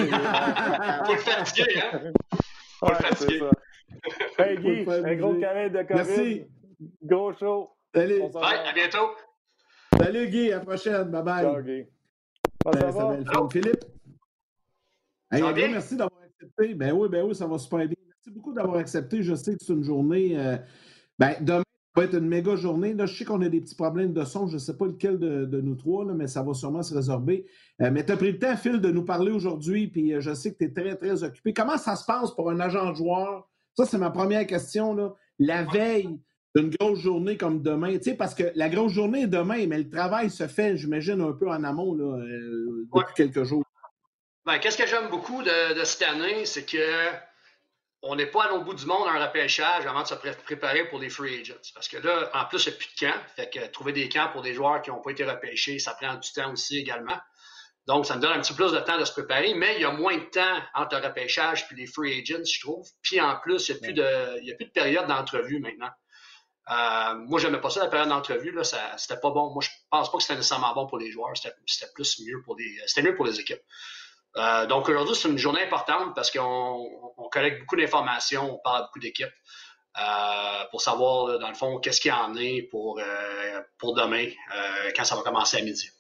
le fatiguer, hein? Faut le fatiguer. Hey Guy, un gros carré de COVID. Merci. Gros show. Salut. Bye, à bientôt. Salut Guy, à la prochaine. Bye bye. Ciao Guy. Ça va le fun. Philippe? Hey, un gros merci d'avoir accepté. Ben oui, ça va super bien. Merci beaucoup d'avoir accepté. Je sais que c'est une journée. Demain, ça va être une méga journée. Là, je sais qu'on a des petits problèmes de son. Je ne sais pas lequel de nous trois, là, mais ça va sûrement se résorber. Mais tu as pris le temps, Phil, de nous parler aujourd'hui. Puis je sais que tu es très, très occupé. Comment ça se passe pour un agent de joueur? Ça, c'est ma première question. Là. La veille d'une grosse journée comme demain. Tu sais, parce que la grosse journée est demain, mais le travail se fait, j'imagine, un peu en amont là, depuis quelques jours. Ben, qu'est-ce que j'aime beaucoup de cette année, c'est que on n'est pas à l'autre bout du monde en repêchage avant de se préparer pour les free agents. Parce que là, en plus, il n'y a plus de camp. Fait que trouver des camps pour des joueurs qui n'ont pas été repêchés, ça prend du temps aussi également. Donc, ça me donne un petit peu plus de temps de se préparer, mais il y a moins de temps entre le repêchage et les free agents, je trouve. Puis en plus, il n'y a plus de période d'entrevue maintenant. Moi, je n'aimais pas ça, la période d'entrevue. Là, c'était pas bon. Moi, je pense pas que c'était nécessairement bon pour les joueurs. C'était mieux pour les équipes. Donc aujourd'hui, c'est une journée importante parce qu'on collecte beaucoup d'informations, on parle à beaucoup d'équipes pour savoir, là, dans le fond, qu'est-ce qu'il y en est pour demain, quand ça va commencer à midi.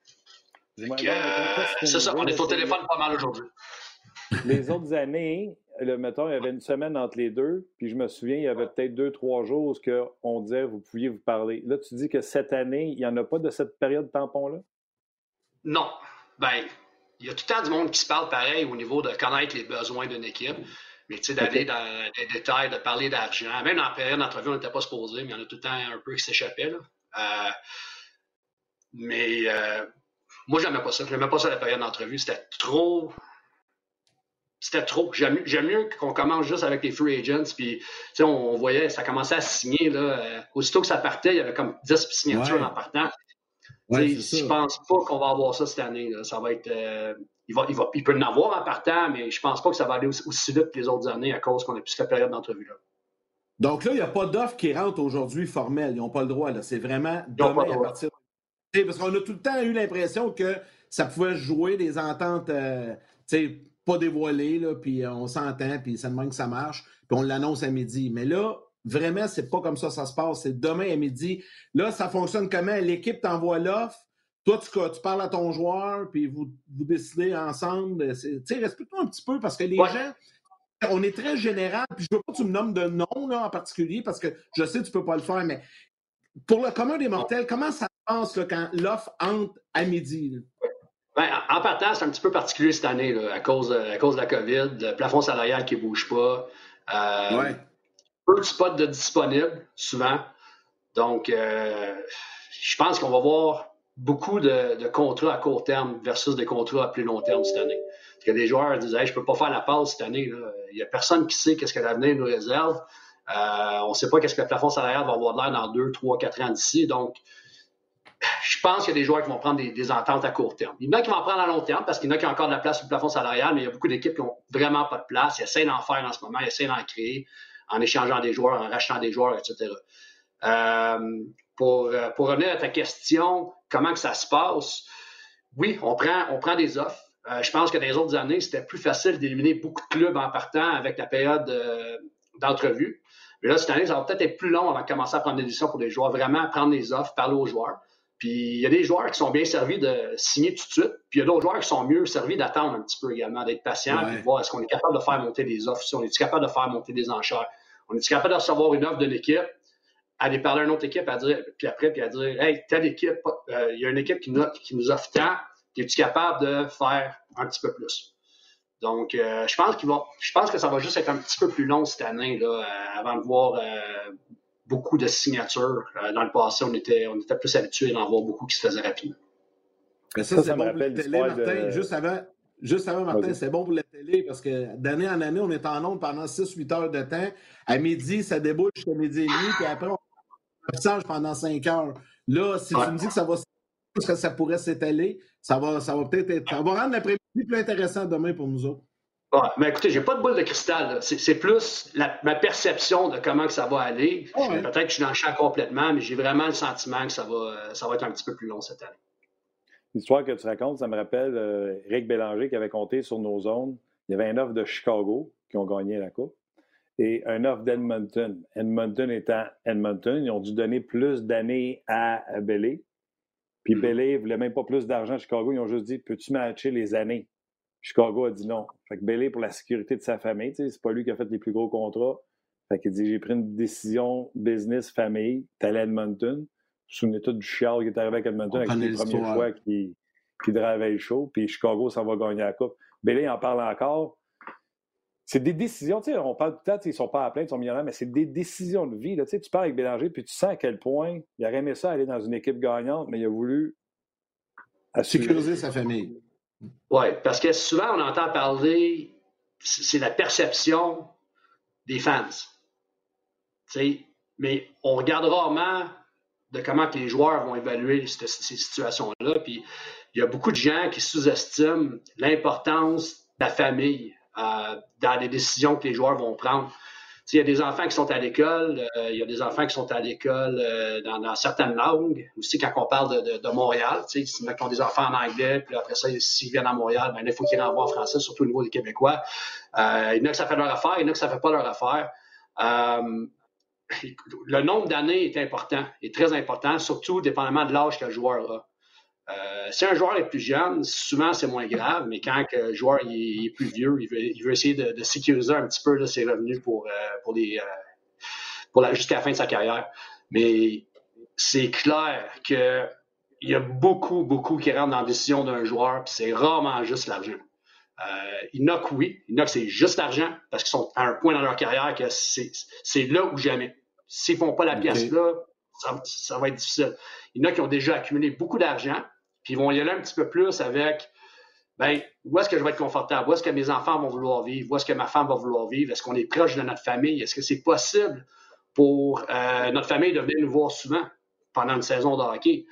C'est ça, on est au téléphone pas mal aujourd'hui. Les autres années, mettons, il y avait une semaine entre les deux, puis je me souviens, il y avait peut-être 2-3 jours où on disait vous pouviez vous parler. Là, tu dis que cette année, il n'y en a pas de cette période tampon-là? Non. Ben, il y a tout le temps du monde qui se parle pareil au niveau de connaître les besoins d'une équipe, mais tu sais, d'aller dans les détails, de parler d'argent. Même dans la période d'entrevue, on n'était pas supposé, mais il y en a tout le temps un peu qui s'échappait. Moi, je n'aimais pas ça. Je n'aimais pas ça la période d'entrevue. C'était trop c'était trop. J'aime mieux qu'on commence juste avec les free agents. Puis, on voyait, ça commençait à signer. Là, aussitôt que ça partait, il y avait comme 10 signatures en partant. Je pense pas qu'on va avoir ça cette année. Là. Ça va être. Il peut en avoir en partant, mais je pense pas que ça va aller aussi vite que les autres années à cause qu'on a plus cette période d'entrevue-là. Donc là, il n'y a pas d'offre qui rentre aujourd'hui formelle. Ils n'ont pas le droit. Là. C'est vraiment demain à partir de... Parce qu'on a tout le temps eu l'impression que ça pouvait jouer des ententes pas dévoilées, là, puis on s'entend, puis ça demande que ça marche, puis on l'annonce à midi. Mais là, vraiment, c'est pas comme ça se passe. C'est demain à midi. Là, ça fonctionne comment? L'équipe t'envoie l'offre. Toi, tu parles à ton joueur, puis vous décidez ensemble. Respecte-toi un petit peu, parce que les gens... On est très général, puis je veux pas que tu me nommes de nom là, en particulier, parce que je sais que tu peux pas le faire, mais pour le commun des mortels, comment ça se passe là, quand l'offre entre à midi? Là? Ben, en partant, c'est un petit peu particulier cette année, là, à cause de la COVID, le plafond salarial qui ne bouge pas. Peu de spots de disponibles, souvent. Donc, je pense qu'on va voir beaucoup de contrats à court terme versus des contrats à plus long terme cette année. Parce que des joueurs disent hey, je ne peux pas faire la passe cette année. Là. Il n'y a personne qui sait qu'est-ce que l'avenir nous réserve. On ne sait pas qu'est-ce que le plafond salarial va avoir de l'air dans 2, 3, 4 ans d'ici. Donc, je pense qu'il y a des joueurs qui vont prendre des ententes à court terme. Il y en a qui vont en prendre à long terme parce qu'il y en a qui ont encore de la place sur le plafond salarial, mais il y a beaucoup d'équipes qui n'ont vraiment pas de place. Ils essaient d'en faire en ce moment, ils essaient d'en créer en échangeant des joueurs, en rachetant des joueurs, etc. Pour revenir à ta question, comment que ça se passe? Oui, on prend des offres. Je pense que dans les autres années, c'était plus facile d'éliminer beaucoup de clubs en partant avec la période d'entrevue. Mais là, cette année, ça va peut-être être plus long avant de commencer à prendre des décisions pour les joueurs, vraiment prendre des offres, parler aux joueurs. Puis il y a des joueurs qui sont bien servis de signer tout de suite, puis il y a d'autres joueurs qui sont mieux servis d'attendre un petit peu également, d'être patient, puis de voir est-ce qu'on est capable de faire monter des offres, si on est capable de faire monter des enchères. On est capable de recevoir une offre de l'équipe, aller parler à une autre équipe, à dire, puis à dire hey, telle équipe, il y a une équipe qui nous offre tant, es-tu capable de faire un petit peu plus? Donc, je pense que ça va juste être un petit peu plus long cette année là, avant de voir beaucoup de signatures. Dans le passé, on était plus habitués d'en voir beaucoup qui se faisaient rapidement. Mais ça c'est bon pour la télé, Martin. Juste avant, Martin, c'est bon pour la télé parce que d'année en année, on est en ondes pendant 6-8 heures de temps. À midi, ça déboule jusqu'à midi et demi, puis après, on affichage pendant 5 heures. Là, si tu me dis que ça pourrait s'étaler, ça va peut-être être... Ça va rendre l'après-midi plus intéressant demain pour nous autres. Ouais, mais écoutez, j'ai pas de boule de cristal. C'est plus ma perception de comment que ça va aller. Peut-être que je suis dans le champ complètement, mais j'ai vraiment le sentiment que ça va être un petit peu plus long cette année. L'histoire que tu racontes, ça me rappelle Éric Bélanger qui avait compté sur nos zones. Il y avait un offre de Chicago qui ont gagné la Coupe et un offre d'Edmonton. Edmonton étant Edmonton, ils ont dû donner plus d'années à Bailey. Puis Bailey ne voulait même pas plus d'argent à Chicago. Ils ont juste dit, peux-tu matcher les années? Chicago a dit non. Fait que Bailey, pour la sécurité de sa famille, c'est pas lui qui a fait les plus gros contrats. Fait qu'il dit, j'ai pris une décision business, famille, t'es allé à Edmonton. Sous une étude du chial qui est arrivé avec Edmonton avec les premiers choix qui drivaient le show. Puis Chicago, ça va gagner la Coupe. Bailey en parle encore. C'est des décisions, tu sais, on parle tout le temps, ils sont pas à plein, ils sont millionnaires, mais c'est des décisions de vie. Là, tu parles avec Bélanger, puis tu sens à quel point il aurait aimé ça aller dans une équipe gagnante, mais il a voulu sécuriser sa famille. Oui, parce que souvent, on entend parler, c'est la perception des fans. T'sais, mais on regarde rarement de comment que les joueurs vont évaluer ces situations-là. Puis il y a beaucoup de gens qui sous-estiment l'importance de la famille dans les décisions que les joueurs vont prendre. Il y a des enfants qui sont à l'école, il y a des enfants qui sont à l'école dans certaines langues. Aussi, quand on parle de Montréal, il y en a qui ont des enfants en anglais, puis après ça, s'ils viennent à Montréal, ben, là, il faut qu'ils renvoient en français, surtout au niveau des Québécois. Il y en a que ça fait leur affaire, il y en a que ça ne fait pas leur affaire. Le nombre d'années est important, est très important, surtout dépendamment de l'âge que le joueur a. Si un joueur est plus jeune, souvent c'est moins grave, mais quand le joueur est plus vieux, il veut essayer de sécuriser un petit peu là, ses revenus jusqu'à la fin de sa carrière. Mais c'est clair qu'il y a beaucoup qui rentrent dans la décision d'un joueur, puis c'est rarement juste l'argent. Il y en a que oui, il y en a que c'est juste l'argent, parce qu'ils sont à un point dans leur carrière que c'est là ou jamais. S'ils ne font pas la pièce là, ça va être difficile. Il y en a qui ont déjà accumulé beaucoup d'argent, puis ils vont y aller un petit peu plus avec bien, où est-ce que je vais être confortable? Où est-ce que mes enfants vont vouloir vivre? Où est-ce que ma femme va vouloir vivre? Est-ce qu'on est proche de notre famille? Est-ce que c'est possible pour notre famille de venir nous voir souvent pendant une saison de hockey?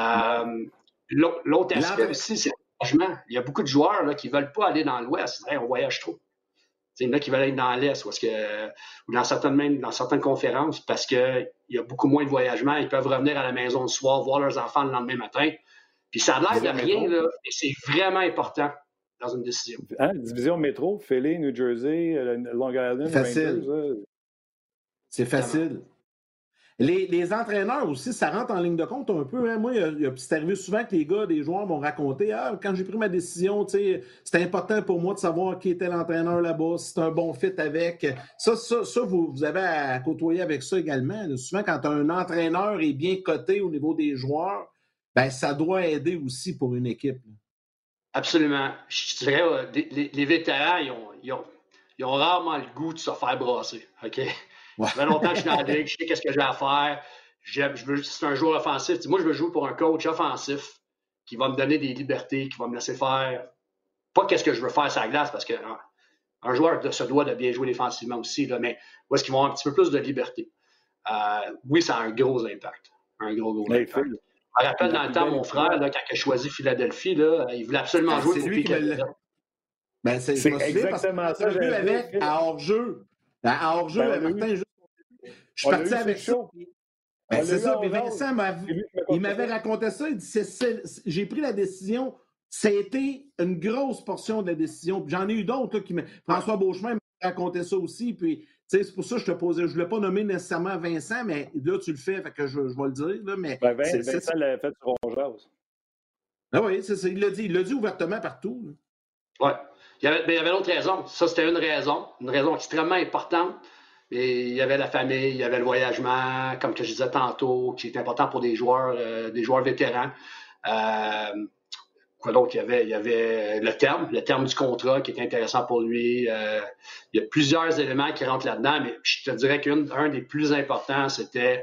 L'autre aspect aussi, c'est le voyagement. Il y a beaucoup de joueurs là, qui ne veulent pas aller dans l'Ouest. Hey, on voyage trop. Il y en a qui veulent aller dans l'Est ou dans certaines conférences parce qu'il y a beaucoup moins de voyagement. Ils peuvent revenir à la maison le soir, voir leurs enfants le lendemain matin. Puis ça a l'air de rien, là, mais c'est vraiment important dans une décision. Division métro, Philly, New Jersey, Long Island, Rangers. C'est facile. Les entraîneurs aussi, ça rentre en ligne de compte un peu. Hein. Moi, c'est arrivé souvent que les gars, des joueurs m'ont raconté quand j'ai pris ma décision, c'était important pour moi de savoir qui était l'entraîneur là-bas, si c'est un bon fit avec. Ça vous avez à côtoyer avec ça également. Là. Souvent, quand un entraîneur est bien coté au niveau des joueurs, ben ça doit aider aussi pour une équipe. Là. Absolument. Je dirais, les vétérans, ils ont rarement le goût de se faire brasser. OK? Ouais. Ça fait longtemps que je suis dans la ligue, je sais qu'est-ce que j'ai à faire. C'est un joueur offensif. Moi, je veux jouer pour un coach offensif qui va me donner des libertés, qui va me laisser faire. Pas qu'est-ce que je veux faire sur la glace, parce qu'un joueur se doit de bien jouer défensivement aussi, là, mais où est-ce qu'ils vont avoir un petit peu plus de liberté. Oui, ça a un gros impact. Un gros impact. Je me rappelle dans le temps, mon frère, là, quand il a choisi Philadelphie, là, il voulait absolument jouer pour Piquet. C'est exactement ça. J'ai vu avec à hors-jeu. À hors-jeu, Martin, je suis parti avec ça. C'est ça. Puis Vincent, il m'avait raconté ça. Il dit j'ai pris la décision. Ça a été une grosse portion de la décision. Puis j'en ai eu d'autres. François Beauchemin m'a raconté ça aussi. Puis c'est pour ça que je te posais. Je ne voulais pas nommer nécessairement Vincent, mais là, tu le fais. Fait que je vais le dire. Là, mais Vincent l'avait fait sur Rongeuse. Ah oui, c'est ça. Il l'a dit ouvertement partout. Oui. Il y avait d'autres raisons. Ça, c'était une raison extrêmement importante. Et il y avait la famille, il y avait le voyagement, comme que je disais tantôt, qui est important pour des joueurs vétérans. Quoi d'autre? Il y avait le terme du contrat qui est intéressant pour lui. Il y a plusieurs éléments qui rentrent là-dedans, mais je te dirais qu'un des plus importants, c'était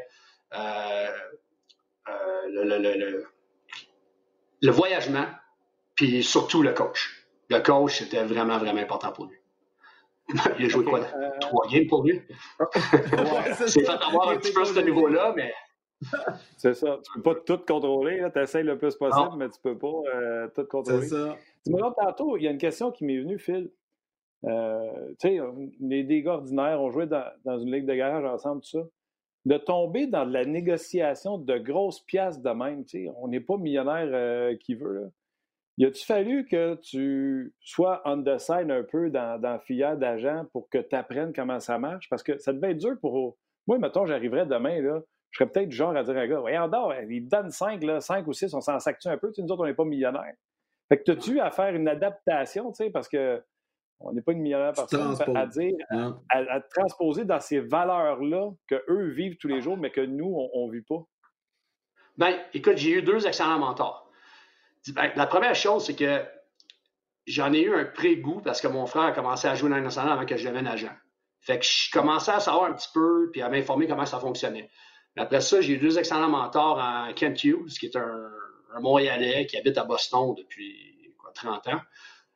le voyagement, puis surtout le coach. Le coach, c'était vraiment, vraiment important pour lui. Il a joué 3 games pour lui. C'est fait avoir un petit peu ce niveau-là, mais... C'est ça. Tu ne peux pas tout contrôler. Tu essaies le plus possible, mais tu ne peux pas tout contrôler. C'est ça. Dis-moi, tantôt, il y a une question qui m'est venue, Phil. Tu sais, des gars ordinaires, on jouait dans une ligue de garage ensemble, tout ça. De tomber dans de la négociation de grosses piastres de même, tu sais, on n'est pas millionnaire qui veut, là. Y a-tu fallu que tu sois on the side un peu dans filière d'agent pour que tu apprennes comment ça marche? Parce que ça devait être dur pour... Moi, mettons, j'arriverais demain, là, je serais peut-être du genre à dire à un gars, voyons donc, il me donne 5 ou 6, on s'en sac-tu un peu? Tu sais, nous autres, on n'est pas millionnaires. Fait que t'as-tu à faire une adaptation, tu sais, parce que on n'est pas une millionnaire personne, à dire, à transposer dans ces valeurs-là qu'eux vivent tous les jours, mais que nous, on ne vit pas? Bien, écoute, j'ai eu 2 excellents mentors. Ben, la première chose, c'est que j'en ai eu un pré-goût parce que mon frère a commencé à jouer dans la nationale avant que je devienne agent. Fait que je commençais à savoir un petit peu puis à m'informer comment ça fonctionnait. Mais après ça, j'ai eu 2 excellents mentors en Kent Hughes, qui est un Montréalais qui habite à Boston depuis 30 ans.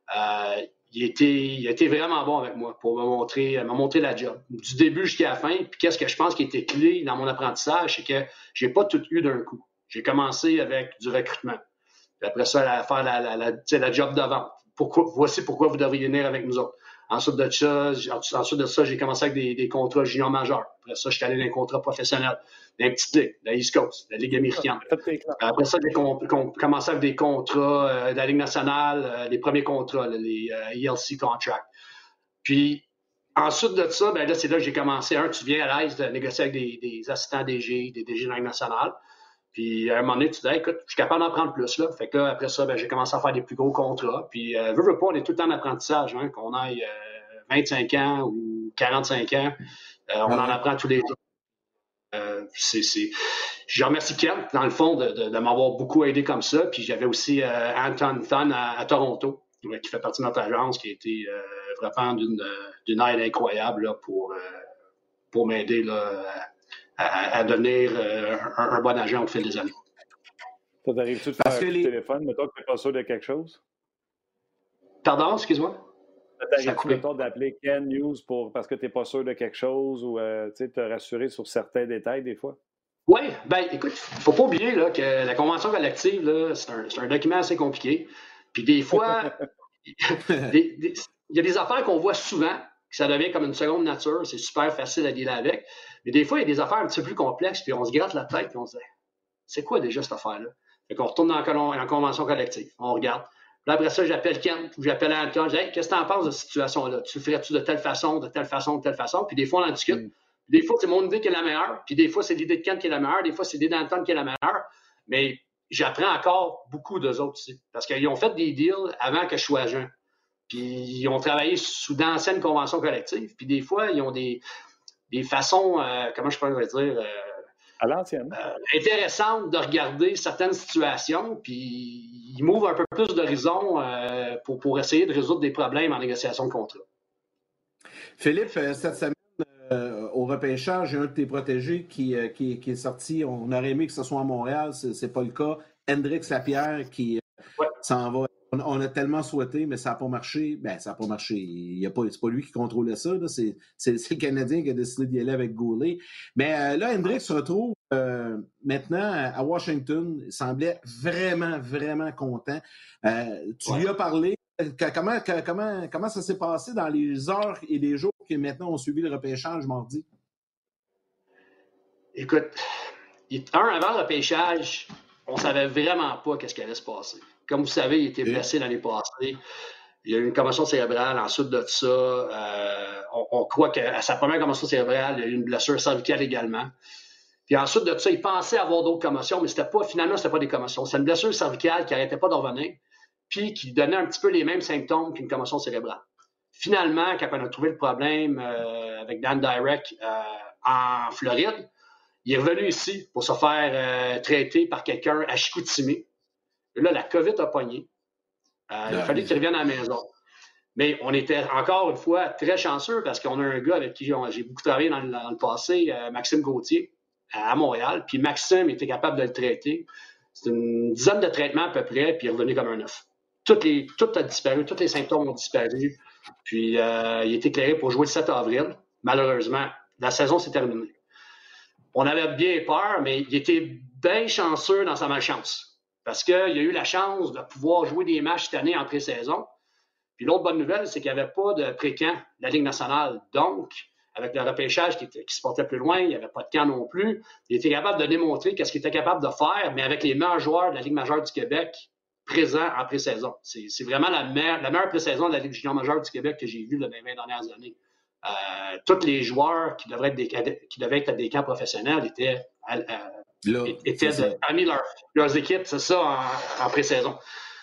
Il a été vraiment bon avec moi pour me montrer la job. Du début jusqu'à la fin. Puis qu'est-ce que je pense qui était clé dans mon apprentissage, c'est que j'ai pas tout eu d'un coup. J'ai commencé avec du recrutement. Puis après ça, à faire la job de vente. Voici pourquoi vous devriez venir avec nous autres. Ensuite de ça, j'ai commencé avec des contrats juniors majeurs. Après ça, je suis allé dans les contrats professionnels, dans les petites ligues, la East Coast, la Ligue américaine. Après ça, j'ai commencé avec des contrats de la Ligue nationale, les premiers contrats, les ELC contracts. Puis, ensuite de ça, ben là, c'est là que j'ai commencé. Tu viens à l'aise de négocier avec des assistants DG, des DG de la Ligue nationale. Puis, à un moment donné, tu dis, écoute, je suis capable d'en prendre plus, là. Fait que là, après ça, ben, j'ai commencé à faire des plus gros contrats. Puis, veux pas, on est tout le temps en apprentissage, hein, qu'on aille 25 ans ou 45 ans. On en apprend tous les jours. Je remercie Kent, dans le fond, de m'avoir beaucoup aidé comme ça. Puis, j'avais aussi Anton Thun à Toronto, qui fait partie de notre agence, qui a été vraiment d'une aide incroyable là, pour m'aider là, à devenir un bon agent au fil des années. Ça t'arrive-tu de faire un téléphone, mettons que tu n'es pas sûr de quelque chose? Pardon, excuse-moi? Ça t'arrive, mettons, d'appeler Ken News parce que tu n'es pas sûr de quelque chose ou te rassurer sur certains détails des fois? Oui, bien, écoute, il ne faut pas oublier là, que la convention collective, là, c'est un document assez compliqué. Puis des fois, il y a des affaires qu'on voit souvent, que ça devient comme une seconde nature, c'est super facile à dealer avec. Mais des fois, il y a des affaires un petit peu plus complexes, puis on se gratte la tête, puis on se dit, c'est quoi déjà cette affaire-là? Fait qu'on retourne dans la convention collective, on regarde. Puis après ça, j'appelle Kent ou j'appelle Anton, je dis, hey, qu'est-ce que tu en penses de cette situation-là? Tu le ferais-tu de telle façon, de telle façon, de telle façon? Puis des fois, on en discute. Des fois, c'est mon idée qui est la meilleure, puis des fois, c'est l'idée de Kent qui est la meilleure, des fois, c'est l'idée d'Anton qui est la meilleure. Mais j'apprends encore beaucoup d'eux autres aussi. Parce qu'ils ont fait des deals avant que je sois agent. Puis ils ont travaillé sous d'anciennes conventions collectives. Puis des fois, ils ont des façons, comment je pourrais dire, à l'ancienne, intéressantes de regarder certaines situations. Puis ils m'ouvrent un peu plus d'horizon pour essayer de résoudre des problèmes en négociation de contrat. Philippe, cette semaine, au repêchage, il y a un de tes protégés qui est sorti. On aurait aimé que ce soit à Montréal, c'est pas le cas. Hendrix Lapierre qui s'en va. On a tellement souhaité, mais ça n'a pas marché. Ben, ça n'a pas marché. C'est pas lui qui contrôlait ça. Là. C'est le Canadien qui a décidé d'y aller avec Goulet. Mais là, Hendrix se retrouve maintenant à Washington. Il semblait vraiment, vraiment content. Tu lui as parlé. Comment ça s'est passé dans les heures et les jours qui maintenant ont suivi le repêchage mardi? Écoute, avant le repêchage, on ne savait vraiment pas qu'est-ce qui allait se passer. Comme vous savez, il était blessé l'année passée. Il y a eu une commotion cérébrale. Ensuite de ça, on croit qu'à sa première commotion cérébrale, il y a eu une blessure cervicale également. Puis ensuite de ça, il pensait avoir d'autres commotions, mais finalement, c'était pas des commotions. C'est une blessure cervicale qui n'arrêtait pas d'en revenir, puis qui donnait un petit peu les mêmes symptômes qu'une commotion cérébrale. Finalement, quand on a trouvé le problème avec Dan Dyrek en Floride, il est revenu ici pour se faire traiter par quelqu'un à Chicoutimi. Et là, la COVID a pogné. Il a fallu qu'il revienne à la maison. Mais on était encore une fois très chanceux parce qu'on a un gars avec qui j'ai beaucoup travaillé dans le passé, Maxime Gauthier, à Montréal. Puis Maxime était capable de le traiter. C'est une dizaine de traitements à peu près, puis il est revenu comme un œuf. Tout a disparu, tous les symptômes ont disparu. Puis il est éclairé pour jouer le 7 avril. Malheureusement, la saison s'est terminée. On avait bien peur, mais il était bien chanceux dans sa malchance. Parce qu'il a eu la chance de pouvoir jouer des matchs cette année en pré-saison. Puis l'autre bonne nouvelle, c'est qu'il n'y avait pas de pré-camp de la Ligue nationale. Donc, avec le repêchage qui se portait plus loin, il n'y avait pas de camp non plus. Il était capable de démontrer qu'est-ce qu'il était capable de faire, mais avec les meilleurs joueurs de la Ligue majeure du Québec présents en pré-saison. C'est vraiment la meilleure pré-saison de la Ligue junior majeure du Québec que j'ai vue dans les 20 dernières années. Tous les joueurs qui devaient être des camps professionnels étaient parmi leurs équipes, c'est ça, en pré-saison.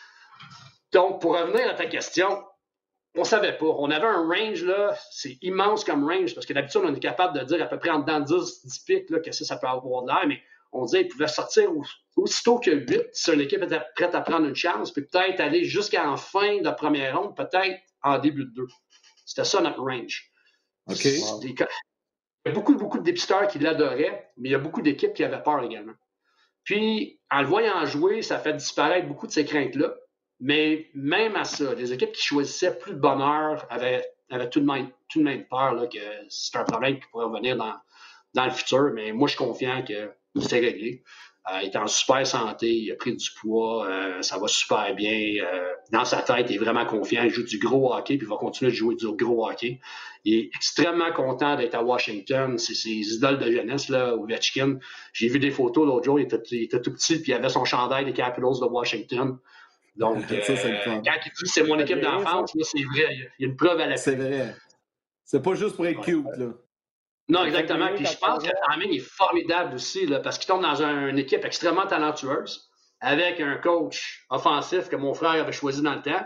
Donc, pour revenir à ta question, on ne savait pas. On avait un range, là, c'est immense comme range, parce que d'habitude, on est capable de dire à peu près en dedans de 10 pics, là, que ça peut avoir de l'air, mais on disait qu'il pouvait sortir aussitôt que 8 si une équipe était prête à prendre une chance, puis peut-être aller jusqu'à en fin de la première ronde, peut-être en début de 2. C'était ça notre range. OK. Il y a beaucoup de dépisteurs qui l'adoraient, mais il y a beaucoup d'équipes qui avaient peur également. Puis, en le voyant jouer, ça fait disparaître beaucoup de ces craintes-là. Mais même à ça, les équipes qui choisissaient plus de bonheur avaient tout de même peur là, que c'est un problème qui pourrait revenir dans le futur. Mais moi, je suis confiant que c'est réglé. Il est en super santé, il a pris du poids, ça va super bien. Dans sa tête, il est vraiment confiant. Il joue du gros hockey, puis il va continuer de jouer du gros hockey. Il est extrêmement content d'être à Washington. C'est ses idoles de jeunesse, là, Ovechkin. J'ai vu des photos l'autre jour, il était tout petit, puis il avait son chandail des Capitals de Washington. Donc, quand il dit c'est mon équipe d'enfance, là, c'est vrai, il y a une preuve à l'appui. C'est vrai. C'est pas juste pour être cute, là. Non, exactement. Puis je pense que le timing est formidable aussi, là, parce qu'il tombe dans une équipe extrêmement talentueuse, avec un coach offensif que mon frère avait choisi dans le temps.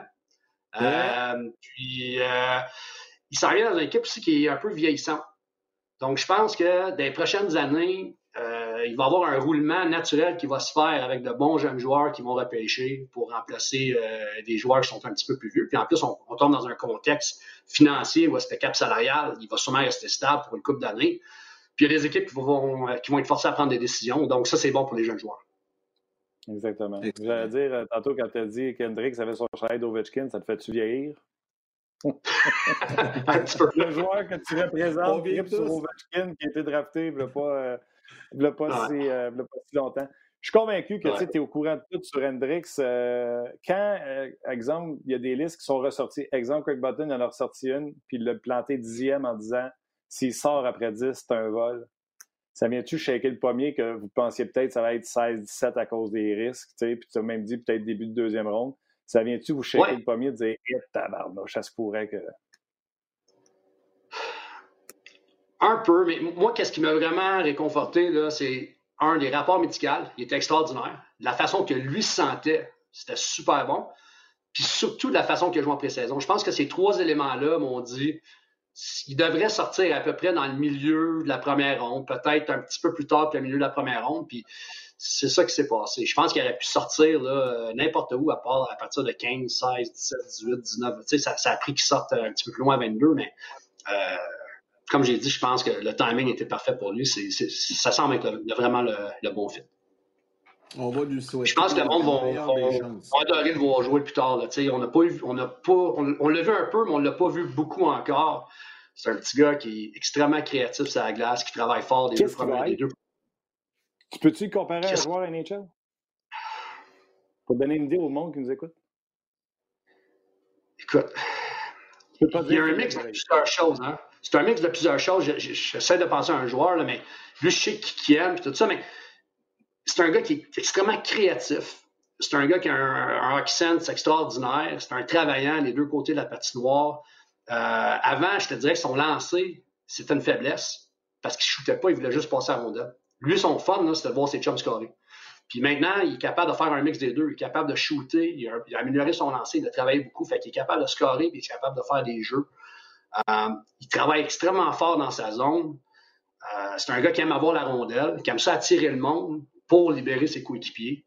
Puis il s'en vient dans une équipe aussi qui est un peu vieillissante. Donc, je pense que dans les prochaines années, il va y avoir un roulement naturel qui va se faire avec de bons jeunes joueurs qui vont repêcher pour remplacer des joueurs qui sont un petit peu plus vieux. Puis en plus, on tombe dans un contexte financier où le cap salarial, il va sûrement rester stable pour une couple d'années. Puis il y a des équipes qui vont être forcées à prendre des décisions. Donc ça, c'est bon pour les jeunes joueurs. Exactement. J'allais dire, tantôt, quand tu as dit qu'Hendrix avait son chandail d'Ovechkin, ça te fait-tu vieillir? Un petit peu. Le joueur que tu représentes, tripe sur Ovechkin, qui a été drafté il n'y a pas si longtemps. Je suis convaincu que tu es au courant de tout sur Hendrix. Quand, exemple, il y a des listes qui sont ressorties, exemple, Craig Button en a ressorti une, puis il l'a planté 10e en disant s'il sort après 10, c'est un vol. Ça vient-tu shaker le pommier que vous pensiez peut-être que ça va être 16-17 à cause des risques, puis tu as même dit peut-être début de deuxième ronde. Ça vient-tu vous shaker le pommier de dire tabarnouche, ça se pourrait que. Un peu, mais moi, qu'est-ce qui m'a vraiment réconforté, là, c'est les rapports médicaux. Il était extraordinaire. La façon que lui se sentait, c'était super bon. Puis surtout de la façon qu'il a joué en pré-saison. Je pense que ces 3 éléments-là m'ont dit qu'il devrait sortir à peu près dans le milieu de la première ronde, peut-être un petit peu plus tard que le milieu de la première ronde. Puis c'est ça qui s'est passé. Je pense qu'il aurait pu sortir là, n'importe où, à partir de 15, 16, 17, 18, 19. Tu sais, ça a pris qu'il sorte un petit peu plus loin à 22, mais comme j'ai dit, je pense que le timing était parfait pour lui. Ça semble être vraiment le bon fit. On va lui souhaiter. Je pense que le monde va adorer le voir jouer plus tard. Là. On l'a vu un peu, mais on ne l'a pas vu beaucoup encore. C'est un petit gars qui est extrêmement créatif sur la glace, qui travaille fort des deux. Tu peux-tu comparer à un joueur NHL? Pour donner une idée au monde qui nous écoute. Écoute, il y a un mix de plusieurs choses. Hein? C'est un mix de plusieurs choses. J'essaie de penser à un joueur, là, mais lui, je sais qui aime et tout ça, mais c'est un gars qui est extrêmement créatif. C'est un gars qui a un hockey sense extraordinaire. C'est un travaillant des deux côtés de la patinoire. Avant, je te dirais que son lancer, c'était une faiblesse parce qu'il ne shootait pas, il voulait juste passer à la rondelle. Lui, son fun, là, c'était de voir ses chums scorer. Puis maintenant, il est capable de faire un mix des deux. Il est capable de shooter. Il a amélioré son lancer. Il a travaillé beaucoup. Fait qu'il est capable de scorer et il est capable de faire des jeux. Il travaille extrêmement fort dans sa zone. C'est un gars qui aime avoir la rondelle, qui aime ça attirer le monde pour libérer ses coéquipiers.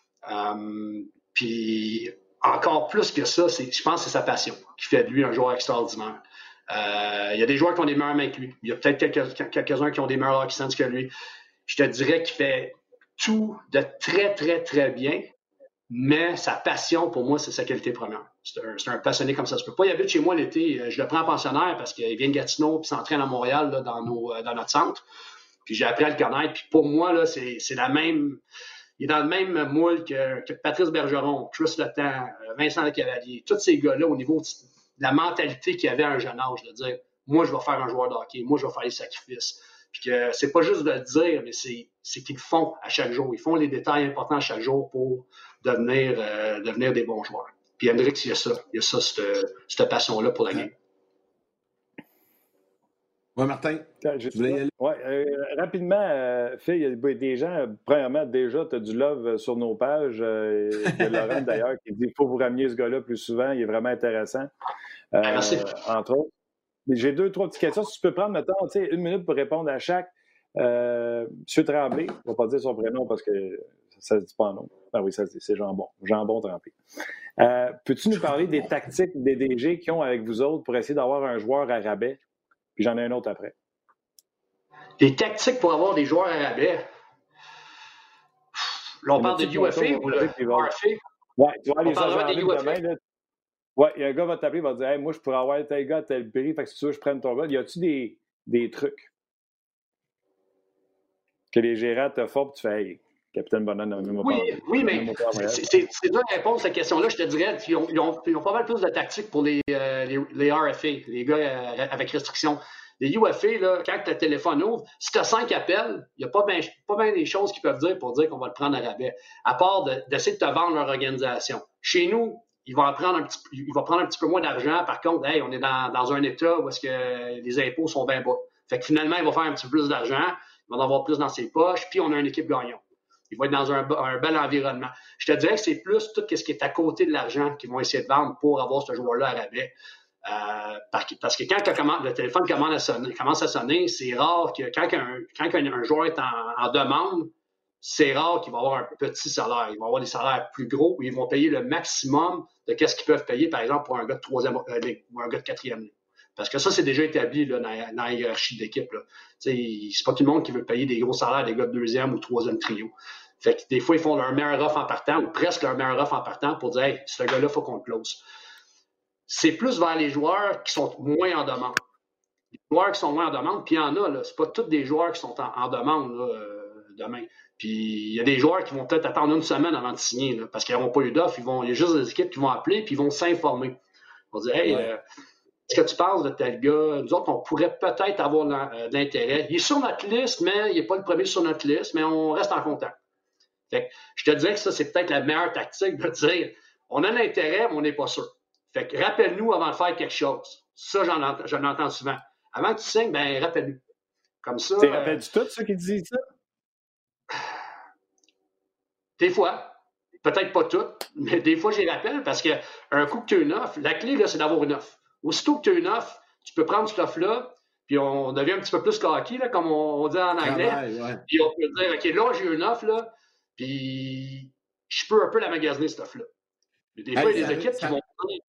Puis encore plus que ça, je pense que c'est sa passion qui fait de lui un joueur extraordinaire. Il y a des joueurs qui ont des meilleures mains que lui. Il y a peut-être quelques-uns qui ont des meilleurs hockey sense que lui. Je te dirais qu'il fait tout de très, très, très bien, mais sa passion, pour moi, c'est sa qualité première. C'est un passionné comme ça se peut pas. Il habite chez moi l'été, je le prends en pensionnaire parce qu'il vient de Gatineau puis s'entraîne à Montréal là, dans notre centre. Puis j'ai appris à le connaître. Puis pour moi, là, c'est la même. Il est dans le même moule que Patrice Bergeron, Chris Letang, Vincent Lecavalier, tous ces gars-là au niveau de la mentalité qu'il avait à un jeune âge, de dire moi, je vais faire un joueur de hockey, moi, je vais faire les sacrifices. Puis que c'est pas juste de le dire, mais c'est qu'ils le font à chaque jour. Ils font les détails importants à chaque jour pour devenir des bons joueurs. Puis Hendrix, il y a ça, cette passion-là pour la game. Oui, Martin, je voulais y aller. Ouais, rapidement, Phil, il y a des gens, premièrement, déjà, tu as du love sur nos pages. Il y a Laurent, d'ailleurs, qui dit qu'il faut vous ramener ce gars-là plus souvent. Il est vraiment intéressant. Merci. Entre autres. J'ai 2-3 petites questions. Si tu peux prendre, mettons, 1 minute pour répondre à chaque. Monsieur Tremblay, on ne va pas dire son prénom parce que ça ne se dit pas en nom. Ah oui, ça se dit, c'est Jambon. Jambon Tremblay. Peux-tu nous parler des tactiques des DG qui ont avec vous autres pour essayer d'avoir un joueur à rabais? Puis j'en ai un autre après. Des tactiques pour avoir des joueurs à rabais? Là, on parle de UFA ou le RFA? Oui, tu vois, les gens demain, là. Oui, il y a un gars qui va t'appeler, il va te dire hey, moi, je pourrais avoir tel gars à tel prix, fait que si tu veux, je prenne ton gars. Y a-tu des trucs que les gérants te font, tu fais hey, Capitaine Bonhomme, oui, mais c'est dur de répondre à cette question-là. Je te dirais qu'ils ont pas mal plus de tactiques pour les RFA, les gars avec restriction. Les UFA, là, quand le téléphone ouvre, si tu as 5 appels, il n'y a pas bien des choses qu'ils peuvent dire pour dire qu'on va le prendre à rabais, à part d'essayer de te vendre leur organisation. Chez nous, il va prendre un petit peu moins d'argent. Par contre, hey, on est dans un état où est-ce que les impôts sont bien bas. Fait que finalement, il va faire un petit peu plus d'argent, il va en avoir plus dans ses poches, puis on a une équipe gagnante. Il va être dans un bel environnement. Je te dirais que c'est plus tout ce qui est à côté de l'argent qu'ils vont essayer de vendre pour avoir ce joueur-là à rabais. Parce que quand le téléphone commence à sonner, c'est rare que quand un joueur est en demande, c'est rare qu'il va avoir un petit salaire. Il va avoir des salaires plus gros où ils vont payer le maximum de ce qu'ils peuvent payer, par exemple, pour un gars de 3e ligue ou un gars de 4e ligue. Parce que ça, c'est déjà établi là, dans la hiérarchie d'équipe. C'est pas tout le monde qui veut payer des gros salaires des gars de 2e ou 3e trio. Fait que des fois, ils font leur meilleur offre en partant, ou presque leur meilleur offre en partant, pour dire « Hey, ce gars-là, il faut qu'on le close ». C'est plus vers les joueurs qui sont moins en demande. Les joueurs qui sont moins en demande, puis il y en a, là, c'est pas tous des joueurs qui sont en demande là, demain. Puis il y a des joueurs qui vont peut-être attendre une semaine avant de signer, là, parce qu'ils n'auront pas eu d'offre. Il y a juste des équipes qui vont appeler, puis ils vont s'informer. Ils vont dire « Hey, qu'est-ce que tu penses de tel gars? Nous autres, on pourrait peut-être avoir de l'intérêt. Il est sur notre liste, mais il n'est pas le premier sur notre liste, mais on reste en contact. » Fait que je te dirais que ça, c'est peut-être la meilleure tactique de dire on a l'intérêt, mais on n'est pas sûr. Fait que rappelle-nous avant de faire quelque chose. Ça, j'en entends souvent. Avant que tu signes, ben rappelle-nous. Comme ça. Rappelles-tu tout ceux qui disent ça? Des fois. Peut-être pas toutes, mais des fois, je les rappelle parce qu'un coup que tu as une offre, la clé, là, c'est d'avoir une offre. Aussitôt que tu as une offre, tu peux prendre cette offre-là, puis on devient un petit peu plus cocky, là, comme on dit en anglais. Puis on peut dire, OK, là, j'ai une offre, là, puis je peux un peu la magasiner, cette offre-là. Mais des fois, il y a des équipes qui vont dire,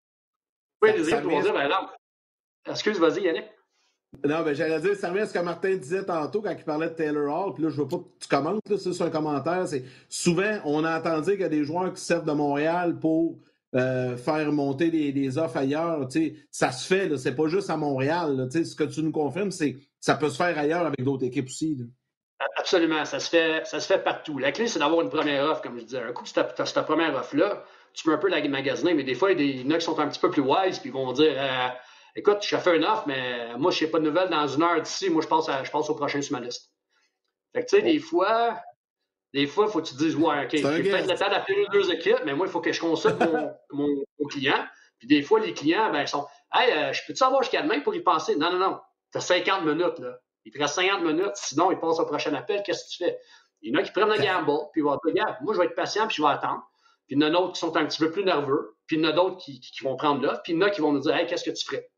ben non. Excuse, vas-y, Yannick. Non, ben j'allais dire, ça revient à ce que Martin disait tantôt quand il parlait de Taylor Hall, puis là, je veux pas que tu commentes, là, c'est sur un commentaire, c'est souvent, on a entendu qu'il y a des joueurs qui servent de Montréal pour faire monter des offres ailleurs, tu sais, ça se fait, là, c'est pas juste à Montréal, là, tu sais, ce que tu nous confirmes, c'est ça peut se faire ailleurs avec d'autres équipes aussi, là. Absolument, ça se fait partout. La clé, c'est d'avoir une première offre, comme je disais. Un coup que tu as cette première offre-là, tu peux un peu la magasiner, mais des fois, il y en a qui sont un petit peu plus wise, puis ils vont dire écoute, je te fais une offre, mais moi, je n'ai pas de nouvelles dans une heure d'ici, moi, je passe au prochain sur ma liste. Fait que, tu sais, des fois, il faut que tu te dises ouais, OK, j'ai peut-être le temps d'appeler les deux équipes, mais moi, il faut que je consulte mon client. Puis des fois, les clients, ben, ils sont hey, je peux-tu avoir jusqu'à demain pour y penser? Non. Tu as 50 minutes, là. Il te reste 50 minutes, sinon, il passe au prochain appel. Qu'est-ce que tu fais? Il y en a qui prennent le gamble, puis ils vont dire, regarde, moi, je vais être patient, puis je vais attendre. Puis il y en a d'autres qui sont un petit peu plus nerveux, puis il y en a d'autres qui vont prendre l'offre, puis il y en a qui vont nous dire, hey, qu'est-ce que tu ferais?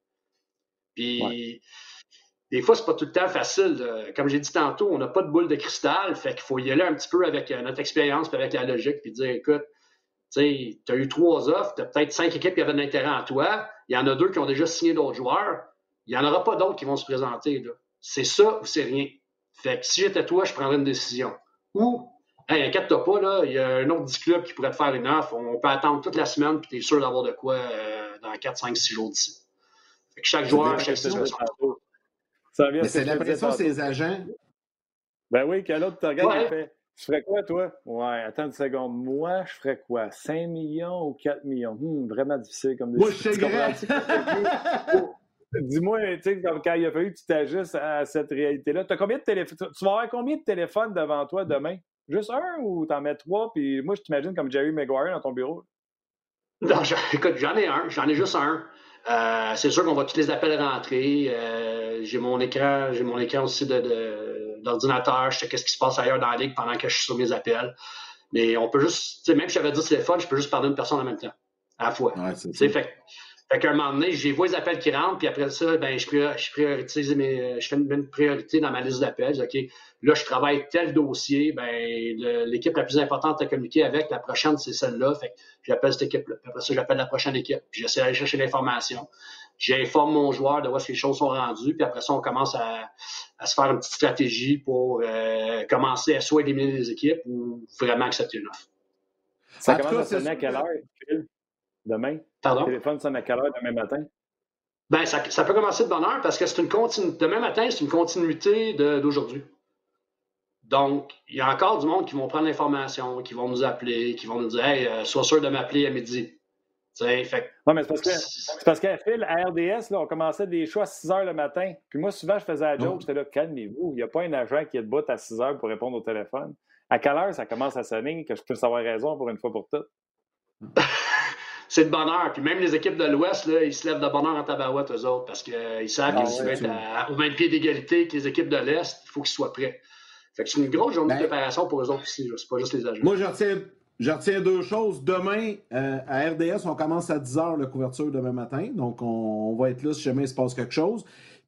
Puis, des fois, c'est pas tout le temps facile. Comme j'ai dit tantôt, on n'a pas de boule de cristal, fait qu'il faut y aller un petit peu avec notre expérience, puis avec la logique, puis dire, écoute, tu as eu 3 offres, tu as peut-être 5 équipes qui avaient de l'intérêt en toi, il y en a 2 qui ont déjà signé d'autres joueurs, il n'y en aura pas d'autres qui vont se présenter, là. C'est ça ou c'est rien. Fait que si j'étais toi, je prendrais une décision. Ou, hey, inquiète-toi pas, là, il y a un autre 10 clubs qui pourrait te faire une offre. On peut attendre toute la semaine, puis tu es sûr d'avoir de quoi dans 4, 5, 6 jours d'ici. Fait que chaque joueur, chaque situation. Mais c'est l'impression, ces agents. Ben oui, que l'autre te regarde et fait tu ferais quoi, toi? Ouais, attends une seconde. Moi, je ferais quoi? 5 millions ou 4 millions? Vraiment difficile comme décision. Moi, je sais. Dis-moi, tu sais, quand il a fallu que tu t'ajustes à cette réalité-là, tu vas avoir combien de téléphones devant toi demain? Juste un ou t'en mets 3? Puis moi, je t'imagine comme Jerry Maguire dans ton bureau. Non, écoute, j'en ai un. J'en ai juste un. C'est sûr qu'on va tous les appels rentrer. J'ai mon écran aussi d'ordinateur. Je sais qu'est-ce qui se passe ailleurs dans la ligue pendant que je suis sur mes appels. Mais on peut juste, même si j'avais 10 téléphones, je peux juste parler d'une personne en même temps, à la fois. Ouais, c'est ça. Fait qu'à un moment donné, j'ai vu les appels qui rentrent, puis après ça, ben, je fais une priorité dans ma liste d'appels. OK, là, je travaille tel dossier, ben, l'équipe la plus importante à communiquer avec, la prochaine, c'est celle-là. Fait que j'appelle cette équipe-là. Puis après ça, j'appelle la prochaine équipe. Puis j'essaie d'aller chercher l'information. J'informe mon joueur de où est-ce que les choses sont rendues. Puis après ça, on commence à se faire une petite stratégie pour commencer à soit éliminer les équipes ou vraiment accepter une offre. Ça commence à sonner à quelle heure, Phil? Demain? Pardon? Le téléphone sonne à quelle heure demain matin? Ben, ça peut commencer de bonne heure parce que c'est une continuité. Demain matin, c'est une continuité d'aujourd'hui. Donc, il y a encore du monde qui vont prendre l'information, qui vont nous appeler, qui vont nous dire hey, sois sûr de m'appeler à midi. Fait... Non, mais c'est parce qu'à Phil, à RDS, là, on commençait des shows à 6 h le matin. Puis moi, souvent, je faisais la joke, j'étais là, calmez-vous, il n'y a pas un agent qui est debout à 6 h pour répondre au téléphone. À quelle heure ça commence à sonner que je puisse avoir raison pour une fois pour toutes? C'est de bonne heure. Puis même les équipes de l'Ouest, là, ils se lèvent de bonne heure en tabarouette, eux autres, parce qu'ils savent qu'ils vont être aux 20 pieds d'égalité que les équipes de l'Est. Il faut qu'ils soient prêts. Fait que c'est une grosse journée de préparation pour eux autres aussi. C'est pas juste les agents. Moi, je retiens 2 choses. Demain, à RDS, on commence à 10 h la couverture demain matin. Donc, on va être là si jamais il se passe quelque chose.